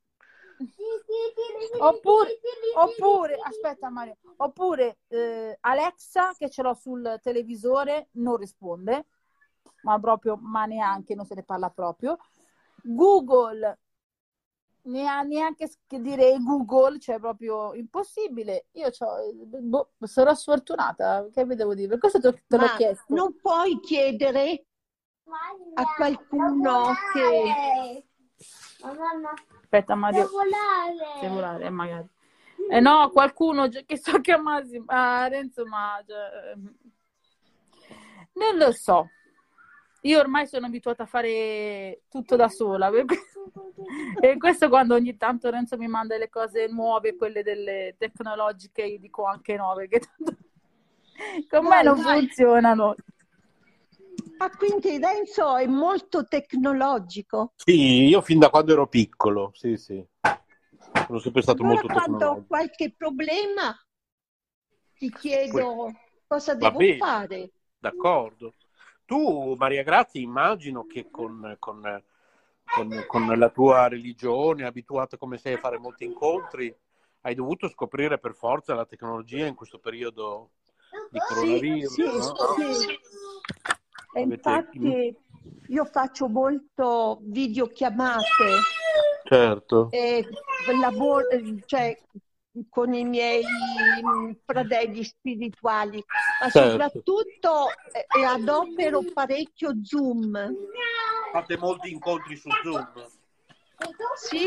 Oppure, oppure aspetta Mario, oppure eh, Alexa che ce l'ho sul televisore non risponde, ma proprio, ma neanche, non se ne parla proprio. Google neanche che dire Google, cioè proprio impossibile. Io c'ho, boh, sarò sfortunata, che vi devo dire? Per questo te, te l'ho Ma chiesto. non puoi chiedere a qualcuno che... Aspetta Mario, devo volare, eh, magari. Eh no, qualcuno che so chiamarsi, ah, Renzo, ma cioè, non lo so. Io ormai sono abituata a fare tutto da sola. E questo quando ogni tanto Renzo mi manda le cose nuove, quelle delle tecnologiche, io dico anche nuove, che tanto con me non Dai. funzionano. Ah, quindi Renzo è molto tecnologico. Sì, io fin da quando ero piccolo, sì, sì. Sono sempre stato Allora, molto quando ho tecnologico. qualche problema, ti chiedo cosa Va devo bene. fare. D'accordo. Tu, Maria Grazia, immagino che con, con, con, con la tua religione, abituata come sei a fare molti incontri, hai dovuto scoprire per forza la tecnologia in questo periodo di coronavirus, Sì, no? sì. E Avete- infatti io faccio molto videochiamate Certo. e lavoro, cioè, con i miei mm, fratelli spirituali, ma Certo. soprattutto eh, adopero parecchio Zoom. Fate molti incontri su Zoom. Sì.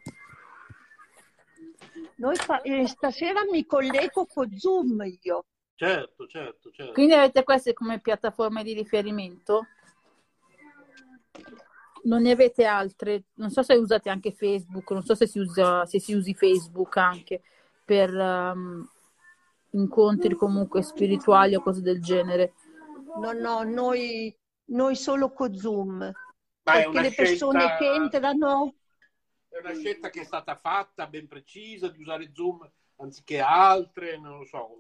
Noi fa- eh, stasera mi collego con Zoom io. certo, certo, certo. Quindi avete queste come piattaforme di riferimento? Non ne avete altre? Non so se usate anche Facebook, non so se si usa, se si usi Facebook anche per um, incontri comunque spirituali o cose del genere. No, no, noi, noi solo con Zoom. Ma perché è una le persone scelta, che entrano... È una scelta che è stata fatta ben precisa di usare Zoom anziché altre, non lo so.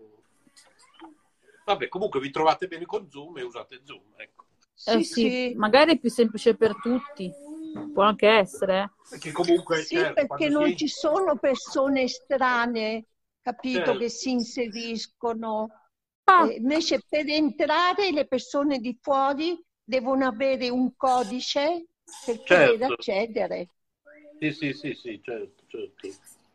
Vabbè, comunque vi trovate bene con Zoom e usate Zoom, ecco. Eh Sì, sì, sì. magari è più semplice per tutti, può anche essere. eh. Perché comunque, Sì, certo, perché quando non si... ci sono persone estranee, capito, Certo. che si inseriscono. Ah, Eh, invece per entrare le persone di fuori devono avere un codice per poter Certo. accedere. Sì, sì, sì, sì, certo, certo.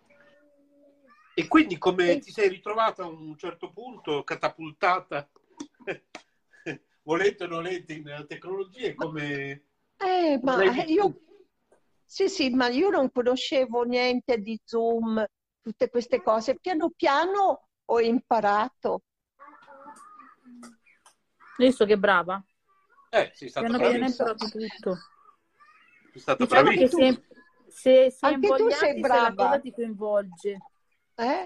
E quindi come E- ti sei ritrovata a un certo punto catapultata, volente o nolente, in tecnologie, come... Eh, come ma l'hai eh, vissuta? io, sì, sì, ma io non conoscevo niente di Zoom, tutte queste cose. Piano piano ho imparato. visto che brava. Eh, sei stata Piano piano hai bravissima. imparato tutto. Sei stata Diciamo Anche che tu, bravissima. se, se si è anche tu sei invogliati, se la cosa brava, ti coinvolge. eh?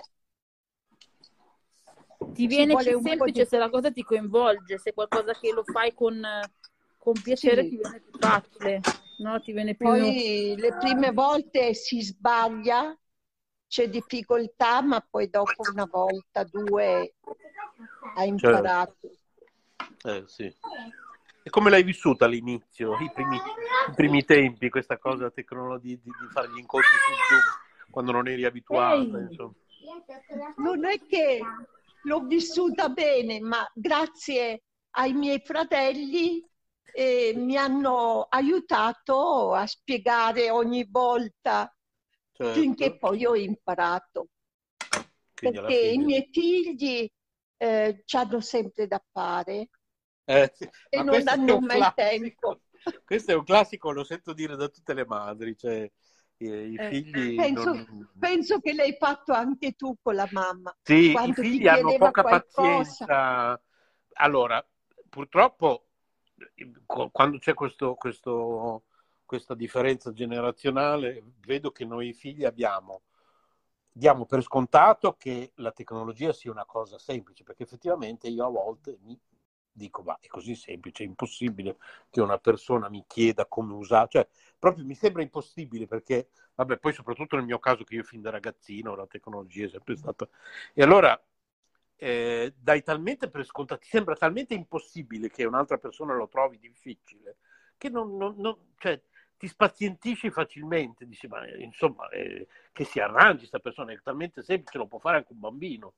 Ti Ci viene vuole più un po' semplice di... se la cosa ti coinvolge, se è qualcosa che lo fai con, con piacere Sì. ti viene più facile, no? Ti viene più... Poi le prime volte si sbaglia, c'è difficoltà, ma poi dopo una volta, due, hai Certo. imparato. Eh, sì. E come l'hai vissuta all'inizio, i primi, i primi tempi, questa cosa tecnologia di, di, di fare gli incontri su Zoom, quando non eri abituata, Ehi! insomma. Non è che l'ho vissuta bene, ma grazie ai miei fratelli eh, mi hanno aiutato a spiegare ogni volta finché Certo. poi ho imparato. Quindi alla Perché i fine... miei figli eh, c'hanno sempre da fare Eh, sì. e Ma non questo è hanno un mai tempo. classico. Questo è un classico, lo sento dire da tutte le madri, cioè i, i Eh, figli penso, non... penso che l'hai fatto anche tu con la mamma, Sì, i quando ti figli hanno chiedeva poca qualcosa. pazienza. Allora, purtroppo, qu- quando c'è questo, questo, questa differenza generazionale, vedo che noi figli abbiamo, diamo per scontato che la tecnologia sia una cosa semplice, perché effettivamente io a volte mi dico, ma è così semplice, è impossibile che una persona mi chieda come usare, cioè proprio mi sembra impossibile, perché, vabbè, poi soprattutto nel mio caso che io fin da ragazzino la tecnologia è sempre stata... E allora eh, dai talmente per scontato, ti sembra talmente impossibile che un'altra persona lo trovi difficile, che non, non, non cioè, ti spazientisci facilmente, dici, ma eh, insomma, eh, che si arrangi questa persona, è talmente semplice, lo può fare anche un bambino.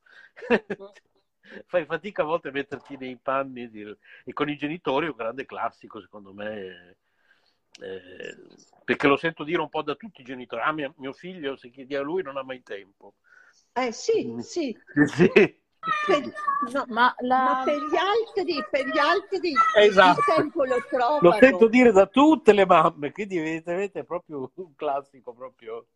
Fai fatica a volte a metterti nei panni di... e con i genitori è un grande classico secondo me, eh, perché lo sento dire un po' da tutti i genitori, ah mio, mio figlio se chiedi a lui non ha mai tempo. Eh sì, Mm. sì. Sì. Per, no, Ma, la... ma per gli altri, per gli altri Esatto. il tempo lo trovano. Lo sento dire da tutte le mamme, quindi evidentemente è proprio un classico proprio.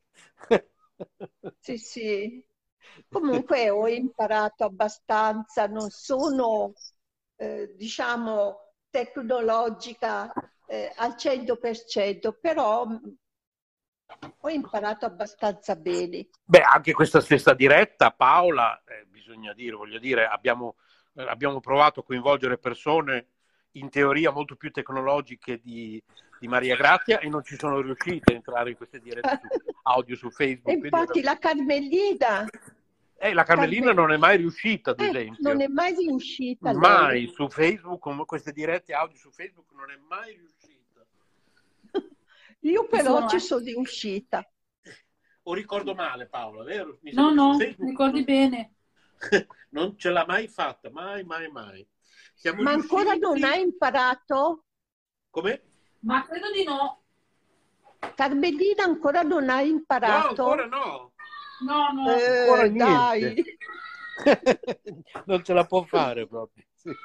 Sì, sì. Comunque ho imparato abbastanza, non sono, eh, diciamo, tecnologica eh, al cento per cento, però mh, ho imparato abbastanza bene. Beh, anche questa stessa diretta, Paola, eh, bisogna dire, voglio dire, abbiamo, eh, abbiamo provato a coinvolgere persone in teoria molto più tecnologiche di, di Maria Grazia e non ci sono riuscite a entrare in queste dirette su, audio su Facebook. E infatti la Carmelina... Eh, la Carmelina Carme... non è mai riuscita, ad eh, esempio. non è mai riuscita Mai lei. su Facebook, con queste dirette audio su Facebook non è mai riuscita. Io però sono, ci eh. sono riuscita. O ricordo male, Paola, vero? Mi No, no, Facebook... ricordi bene. Non ce l'ha mai fatta, mai, mai, mai. Siamo Ma riusciti... ancora non hai imparato? Come? Ma credo di no. Carmelina ancora non hai imparato? No, ancora no. No, no. Eh, Ancora dai. Non ce la può fare proprio.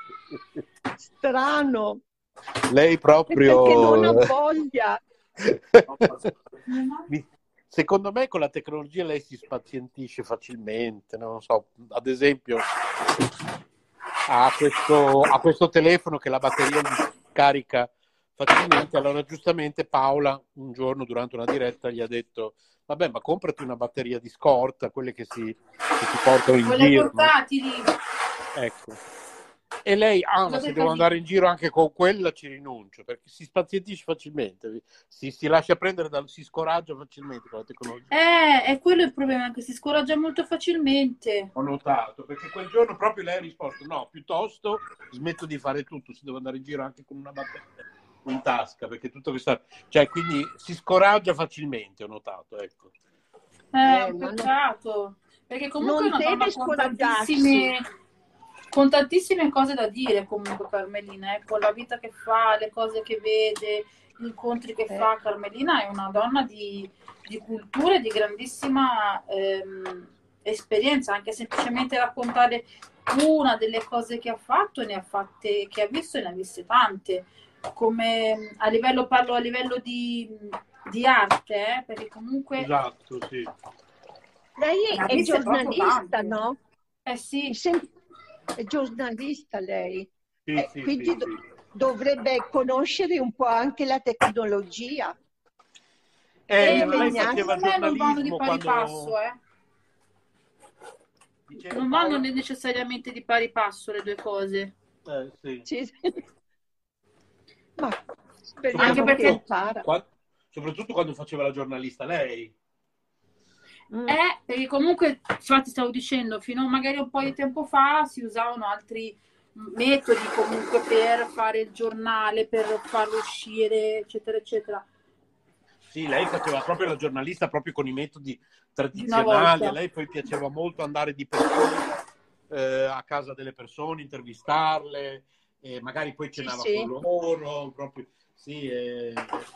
Strano. Lei proprio... È perché non ha voglia. mi, secondo me con la tecnologia lei si spazientisce facilmente, non so, ad esempio ha questo, ha questo telefono che la batteria gli carica facilmente, allora giustamente Paola un giorno durante una diretta gli ha detto vabbè, ma comprati una batteria di scorta, quelle che si, che si portano in quelle giro. portatili. Ecco. E lei, ah, ma se devo andare in giro anche con quella ci rinuncio, perché si spazientisce facilmente, si, si lascia prendere, dal, si scoraggia facilmente con la tecnologia. Eh, è quello il problema, che si scoraggia molto facilmente. Ho notato, perché quel giorno proprio lei ha risposto, no, piuttosto smetto di fare tutto, se devo andare in giro anche con una batteria in tasca, perché tutto questa... Cioè, quindi si scoraggia facilmente, ho notato, ecco. Eh, un peccato, perché comunque non è una deve donna con tantissime, con tantissime cose da dire comunque Carmelina, eh, con la vita che fa, le cose che vede, gli incontri che Eh. fa. Carmelina è una donna di, di cultura e di grandissima ehm, esperienza, anche semplicemente raccontare una delle cose che ha fatto, ne ha fatte, che ha visto e ne ha viste tante. Come a livello, parlo a livello di, di arte, eh, perché comunque esatto, sì. Lei ne ha è viste proprio giornalista, tante. no? Eh sì, È giornalista lei, Sì, Eh, sì, quindi sì, do- sì. dovrebbe conoscere un po' anche la tecnologia. Eh, e ma lei impegnata. faceva secondo me non vanno di giornalismo pari quando... passo, eh. Dicevo, Non Paola? vanno necessariamente di pari passo le due cose. Eh, sì. Sì, sì. Ma speriamo Anche che perché- impara. Qua- soprattutto quando faceva la giornalista lei. Mm. Eh, perché comunque, infatti stavo dicendo, fino a magari un po' di tempo fa si usavano altri metodi comunque per fare il giornale, per farlo uscire, eccetera, eccetera. Sì, lei faceva proprio la giornalista proprio con i metodi Di una tradizionali. volta. A lei poi piaceva molto andare di persona eh, a casa delle persone, intervistarle, e magari poi Sì, cenava sì. con loro. Proprio, sì, eh,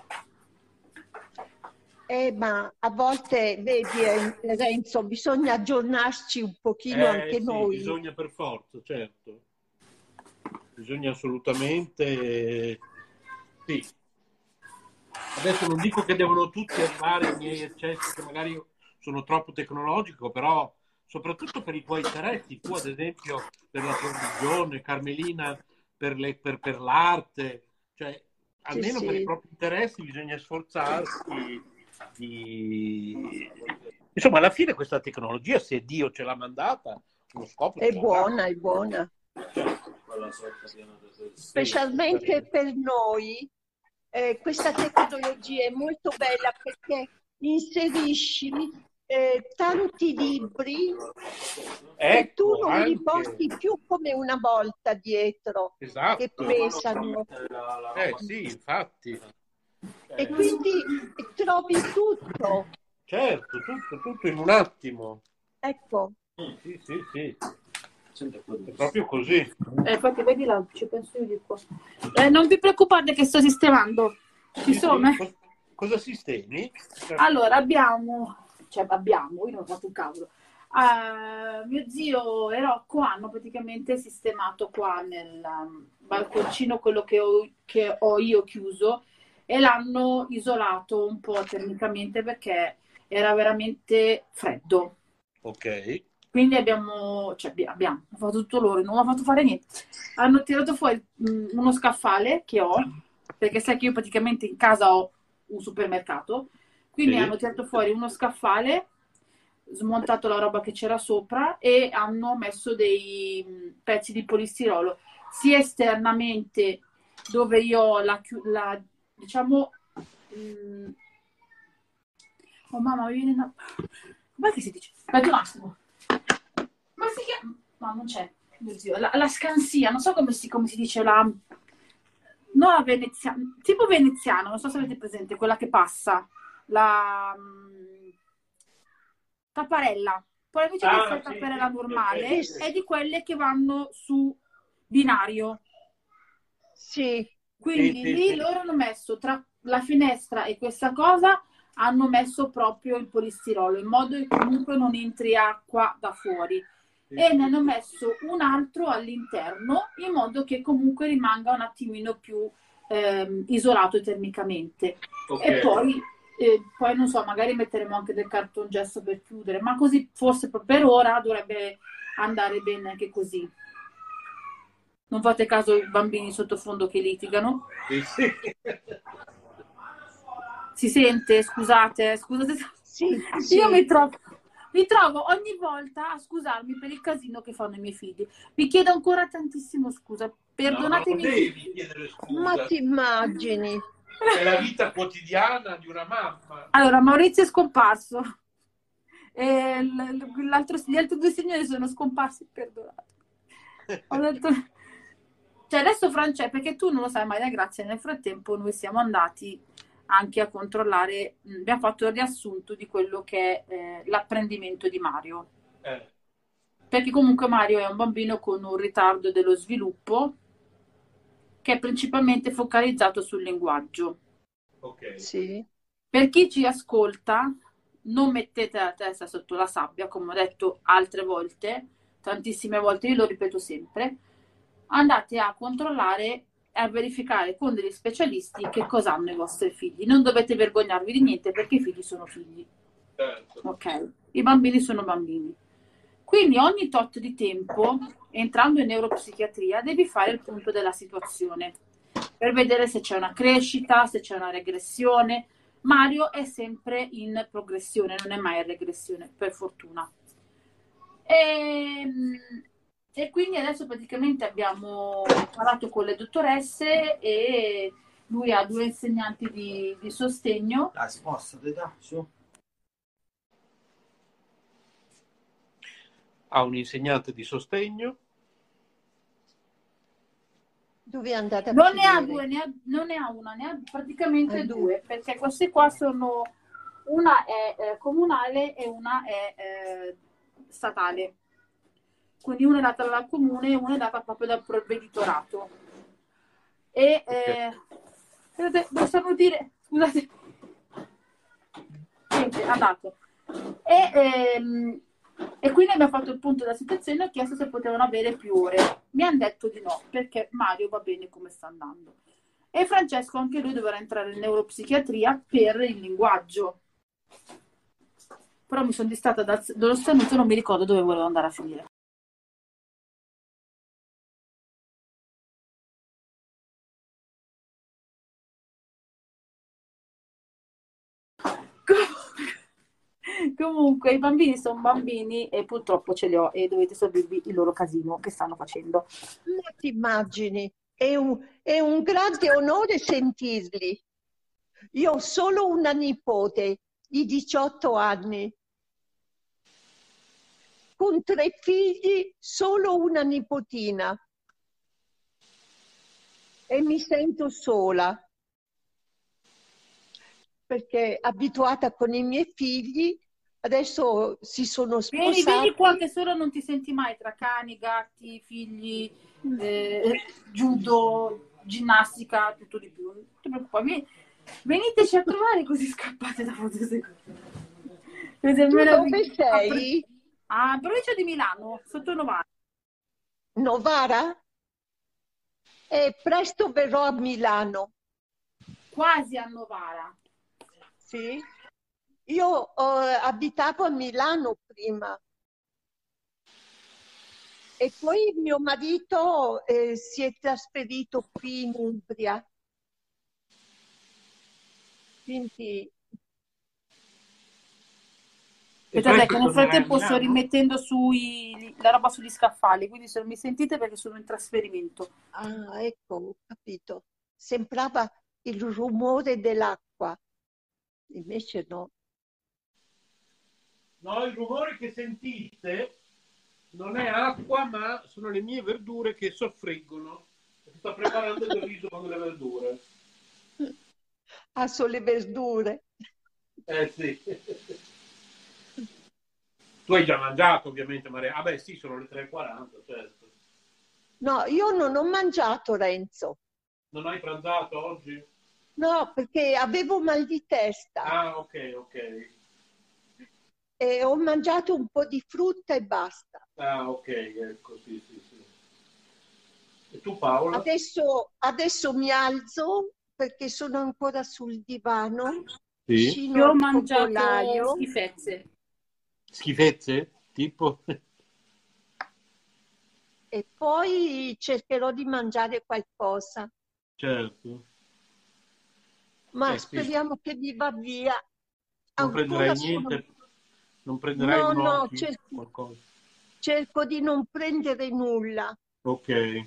Eh, ma a volte, vedi, eh, Renzo, bisogna aggiornarci un pochino eh, anche sì, noi. bisogna per forza, certo. Bisogna assolutamente... eh, sì. Adesso non dico che devono tutti arrivare ai miei eccessi, che magari sono troppo tecnologico, però soprattutto per i tuoi interessi, tu ad esempio per la tua religione, Carmelina per, le, per, per l'arte, cioè almeno sì. per i propri interessi bisogna sforzarsi di... Insomma, alla fine questa tecnologia, se Dio ce l'ha mandata, uno scopo È ce l'avrà. buona, è buona. Specialmente per noi, eh, questa tecnologia è molto bella perché inserisci eh, tanti libri che tu Ecco, non li anche. porti più come una volta dietro, Esatto. che pesano. Eh sì, infatti. E Eh, quindi trovi tutto. certo, tutto, tutto in un attimo. Ecco, Sì, sì, sì. È proprio così. Eh, infatti vedi là, ci penso io di qua. Eh, non vi preoccupate che sto sistemando. Ci Sì, sono, sì. eh. Cos- Cosa sistemi? Allora, abbiamo, cioè abbiamo, io non ho fatto un cavolo. Ah, mio zio e Rocco hanno praticamente sistemato qua nel um, balconcino quello che ho, che ho io chiuso e l'hanno isolato un po' termicamente perché era veramente freddo. Ok. Quindi abbiamo, cioè abbi- abbiamo fatto tutto loro, non ho fatto fare niente. Hanno tirato fuori mh, uno scaffale che ho, perché sai che io praticamente in casa ho un supermercato, quindi Sì. hanno tirato fuori uno scaffale, smontato la roba che c'era sopra e hanno messo dei mh, pezzi di polistirolo sia esternamente dove io ho la, chiu- la diciamo mh, oh mamma mi viene una... com'è che si dice? Aspetta un attimo. Come si chiama? No, non c'è mio zio. La, la scansia, non so come si, come si dice la... No, la veneziana, tipo veneziano, non so se avete presente, quella che passa, la mm, tapparella. Poi invece Ah, che fare sì, tapparella sì, normale ok, sì. è di quelle che vanno su binario. sì, Quindi Sì, sì, lì sì. loro hanno messo tra la finestra e questa cosa, hanno messo proprio il polistirolo, in modo che comunque non entri acqua da fuori. E ne hanno messo un altro all'interno, in modo che comunque rimanga un attimino più ehm, isolato termicamente. Ok. E poi E poi non so, magari metteremo anche del cartongesso per chiudere, ma così forse per ora dovrebbe andare bene anche così. Non fate caso ai bambini sottofondo che litigano. Sì, sì. Si sente? Scusate, scusate. Sì, Io sì. mi trovo, mi trovo ogni volta a scusarmi per il casino che fanno i miei figli. Vi chiedo ancora tantissimo scusa. Perdonatemi. No, non devi chiedere scusa. Ma ti immagini? È la vita quotidiana di una mamma. Allora, Maurizio è scomparso. E l- l'altro, gli altri due signori sono scomparsi, perdonate. Ho detto... Cioè adesso Francesco, perché tu non lo sai, Maria Grazia, nel frattempo noi siamo andati anche a controllare, mh, abbiamo fatto il riassunto di quello che è eh, l'apprendimento di Mario. Eh. Perché comunque Mario è un bambino con un ritardo dello sviluppo che è principalmente focalizzato sul linguaggio. Ok. Sì. Per chi ci ascolta, non mettete la testa sotto la sabbia, come ho detto altre volte, tantissime volte, io lo ripeto sempre, andate a controllare e a verificare con degli specialisti che cosa hanno i vostri figli. Non dovete vergognarvi di niente perché i figli sono figli. Certo. Ok? I bambini sono bambini. Quindi ogni tot di tempo, entrando in neuropsichiatria, devi fare il punto della situazione per vedere se c'è una crescita, se c'è una regressione. Mario è sempre in progressione, non è mai in regressione, per fortuna. E, e quindi adesso praticamente abbiamo parlato con le dottoresse e lui ha due insegnanti di, di sostegno. La sposta, ti dà, su. Ha un insegnante di sostegno. Dove è andata a Non ne ha finire? due, ne ha, non ne ha una, ne ha praticamente Ah, due, due. perché queste qua sono, una è eh, comunale e una è eh, statale. Quindi una è data dal comune e una è data proprio dal provveditorato. E eh, scusate, possiamo dire, scusate, niente, ha dato. E, ehm, e quindi abbiamo fatto il punto della situazione e ho chiesto se potevano avere più ore. Mi hanno detto di no, perché Mario va bene come sta andando. E Francesco, anche lui dovrà entrare in neuropsichiatria per il linguaggio. Però mi sono distratta dal- dallo stenuto e non mi ricordo dove volevo andare a finire. Comunque, i bambini sono bambini e purtroppo ce li ho e dovete sorbirvi il loro casino che stanno facendo. Ma ti immagini? È un, è un grande onore sentirli. Io ho solo una nipote di diciotto anni. Con tre figli, solo una nipotina. E mi sento sola. Perché abituata con i miei figli, adesso si sono Vieni, sposati. vieni qua che solo non ti senti mai tra cani, gatti, figli, eh, judo, ginnastica, tutto di più. Non ti preoccupare, vieni- veniteci a trovare così scappate da fotosecondo. Tu dove sei? A provincia di Milano, sotto Novara. Novara? E presto verrò a Milano. Quasi a Novara. Sì. Io eh, abitavo a Milano prima. E poi mio marito eh, si è trasferito qui in Umbria. Quindi Aspettate che nel frattempo sto rimettendo sui, la roba sugli scaffali, quindi se non mi sentite perché sono in trasferimento. Ah, ecco, ho capito. Sembrava il rumore dell'acqua, invece no. No, il rumore che sentite non è acqua, ma sono le mie verdure che soffriggono. Sto preparando il riso con le verdure. Ah, sono le verdure. Eh sì. Tu hai già mangiato, ovviamente, Maria. Ah beh, sì, sono le tre e quaranta, certo. No, io non ho mangiato, Renzo. Non hai pranzato oggi? No, perché avevo mal di testa. Ah, ok, ok. E ho mangiato un po' di frutta e basta. Ah, ok, ecco, sì, sì, sì. E tu, Paola? Adesso, adesso mi alzo perché sono ancora sul divano. Sì. Io ho mangiato cocolaio. schifezze. Schifezze? Tipo? E poi cercherò di mangiare qualcosa, Certo. ma Eh sì. speriamo che mi va via. Non Ancora prenderai sono... niente? Non prenderai No, no, gnocchi? cerco, Qualcosa? cerco di non prendere nulla, Ok.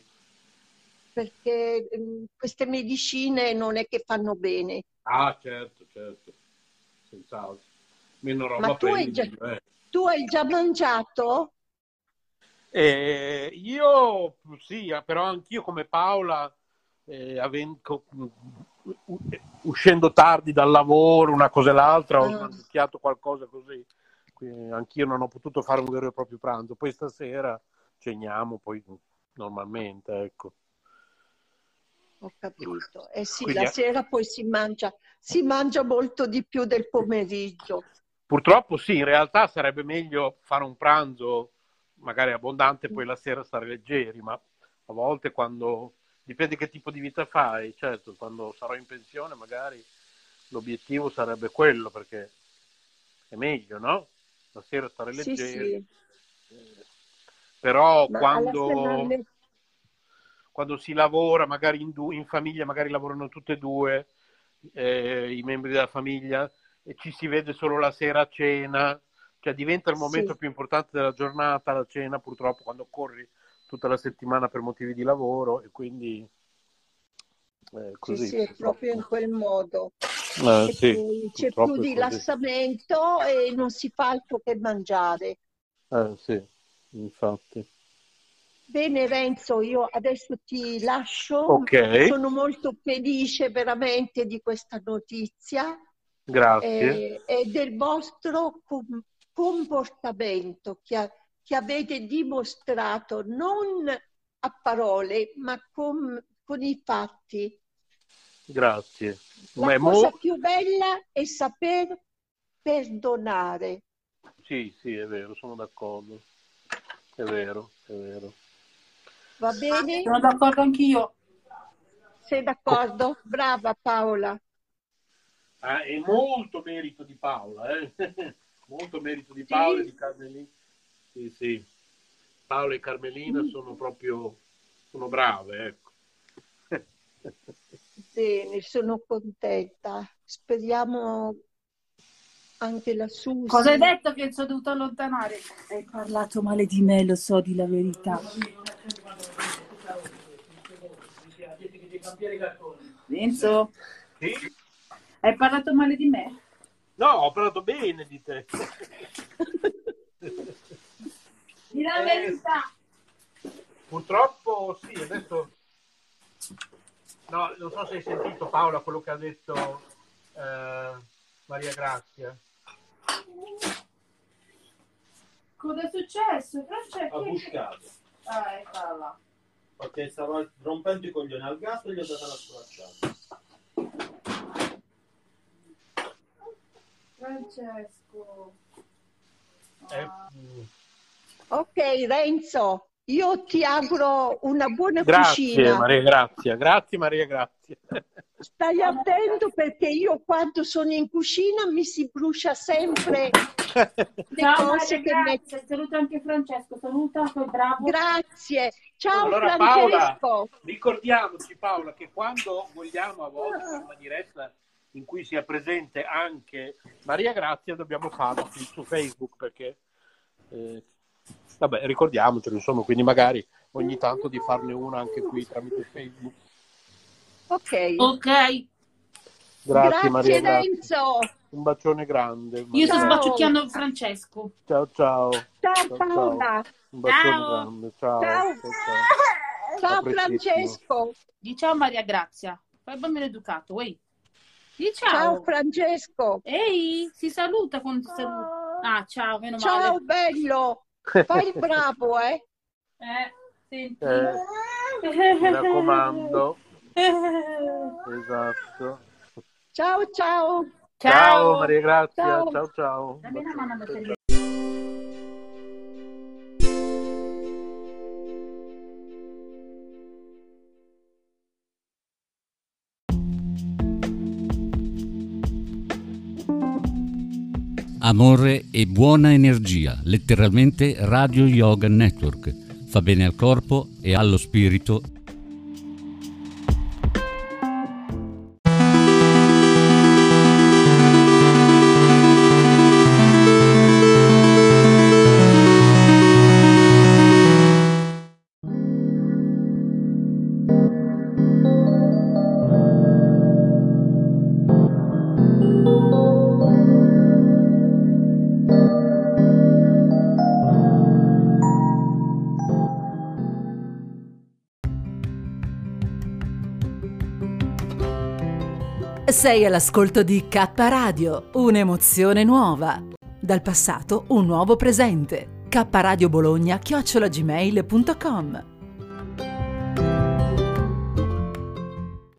perché mm, queste medicine non è che fanno bene. Ah, certo, certo. Senz'altro. Meno Ma roba tu hai già, prendi, eh. tu hai già mangiato? Eh, io sì, però anch'io come Paola, eh, aven- co- uscendo tardi dal lavoro, una cosa e l'altra, ho Ah, smangiucchiato qualcosa così. Quindi anch'io non ho potuto fare un vero e proprio pranzo. Poi stasera ceniamo, poi normalmente, ecco. ho capito. Eh sì, Quindi, la eh, sera poi si mangia, si mangia molto di più del pomeriggio. purtroppo sì, in realtà sarebbe meglio fare un pranzo magari abbondante e poi la sera stare leggeri, ma a volte quando dipende che tipo di vita fai, certo, quando sarò in pensione magari l'obiettivo sarebbe quello, perché è meglio, no? La sera stare Sì, leggeri. sì, Eh, però ma alla sera quando, le- quando si lavora, magari in, du- in famiglia, magari lavorano tutte e due eh, i membri della famiglia e ci si vede solo la sera a cena, cioè diventa il momento sì, più importante della giornata, la cena, purtroppo, quando corri tutta la settimana per motivi di lavoro, e quindi eh, sì, così sì, è proprio in purtroppo. quel modo. Eh, E sì, poi c'è più purtroppo è così. rilassamento e non si fa altro che mangiare. Eh, sì, infatti. Bene Renzo, io adesso ti lascio, Ok, sono molto felice veramente di questa notizia grazie. eh, e del vostro com- comportamento che, a- che avete dimostrato non a parole ma con, con i fatti. Grazie. La Ma è cosa mo... più bella è saper perdonare. Sì, sì, è vero, sono d'accordo. È vero, è vero. Va bene? Sono d'accordo anch'io. Sei d'accordo? Brava Paola. Ah, è molto merito di Paola, eh? Molto merito di Paola e Sì? di Carmelina. Sì, sì. Paola e Carmelina Mm. sono proprio, sono brave, ecco. Bene, sono contenta. Speriamo anche la Cosa hai Susi. detto che sono dovuto allontanare? Hai parlato male di me, lo so, di la verità. Renzo, Sì? hai parlato male di me? No, ho parlato bene di te. Di la Eh, verità. purtroppo sì, adesso no, non so se hai sentito Paola quello che ha detto eh, Maria Grazia. Cosa è successo? Francesco? Ha buscato. Ah, eccola là. Perché stava rompendo i coglioni al gatto e gli ho dato la sculacciata. Francesco. Eh, Ok, Renzo, io ti auguro una buona grazie cucina. Maria Grazia, grazie Maria Grazia. Stai attento perché io quando sono in cucina mi si brucia sempre le Ciao cose Maria, che metto. grazie. Saluta anche Francesco. Saluta, sei bravo. Grazie. Ciao Allora Paola, Francesco. ricordiamoci Paola che quando vogliamo a volte fare una diretta in cui sia presente anche Maria Grazia dobbiamo farlo qui su Facebook, perché eh, vabbè, ricordiamocelo, insomma, quindi magari ogni tanto di farne una anche qui tramite Facebook. Ok. Ok. Grazie Maria Grazie Grazia. Renzo. Un bacione grande. Maria Io sto Ciao. Grazia. sbacciucchiando Francesco. Ciao ciao. Ciao Ciao, ciao. Paola. Un bacione Ciao. grande. Ciao. Ciao. Ciao, ciao. Ciao A prestissimo. Francesco. Di ciao Maria Grazia. Fai il bambino educato, uè. Di Ciao ciao. Francesco. Ehi, si saluta quando si saluta. Ah, ciao, meno Ciao male. bello. Fai il bravo, eh. Eh, senti. Eh, mi raccomando. Esatto. Ciao ciao. Ciao Ciao. Maria Grazia. Ciao. Ciao ciao. Dammi una mano a mettere. amore e buona energia, letteralmente Radio Yoga Network. Fa bene al corpo e allo spirito. Sei all'ascolto di K Radio, un'emozione nuova. Dal passato un nuovo presente. K Radio Bologna chiocciola gmail punto com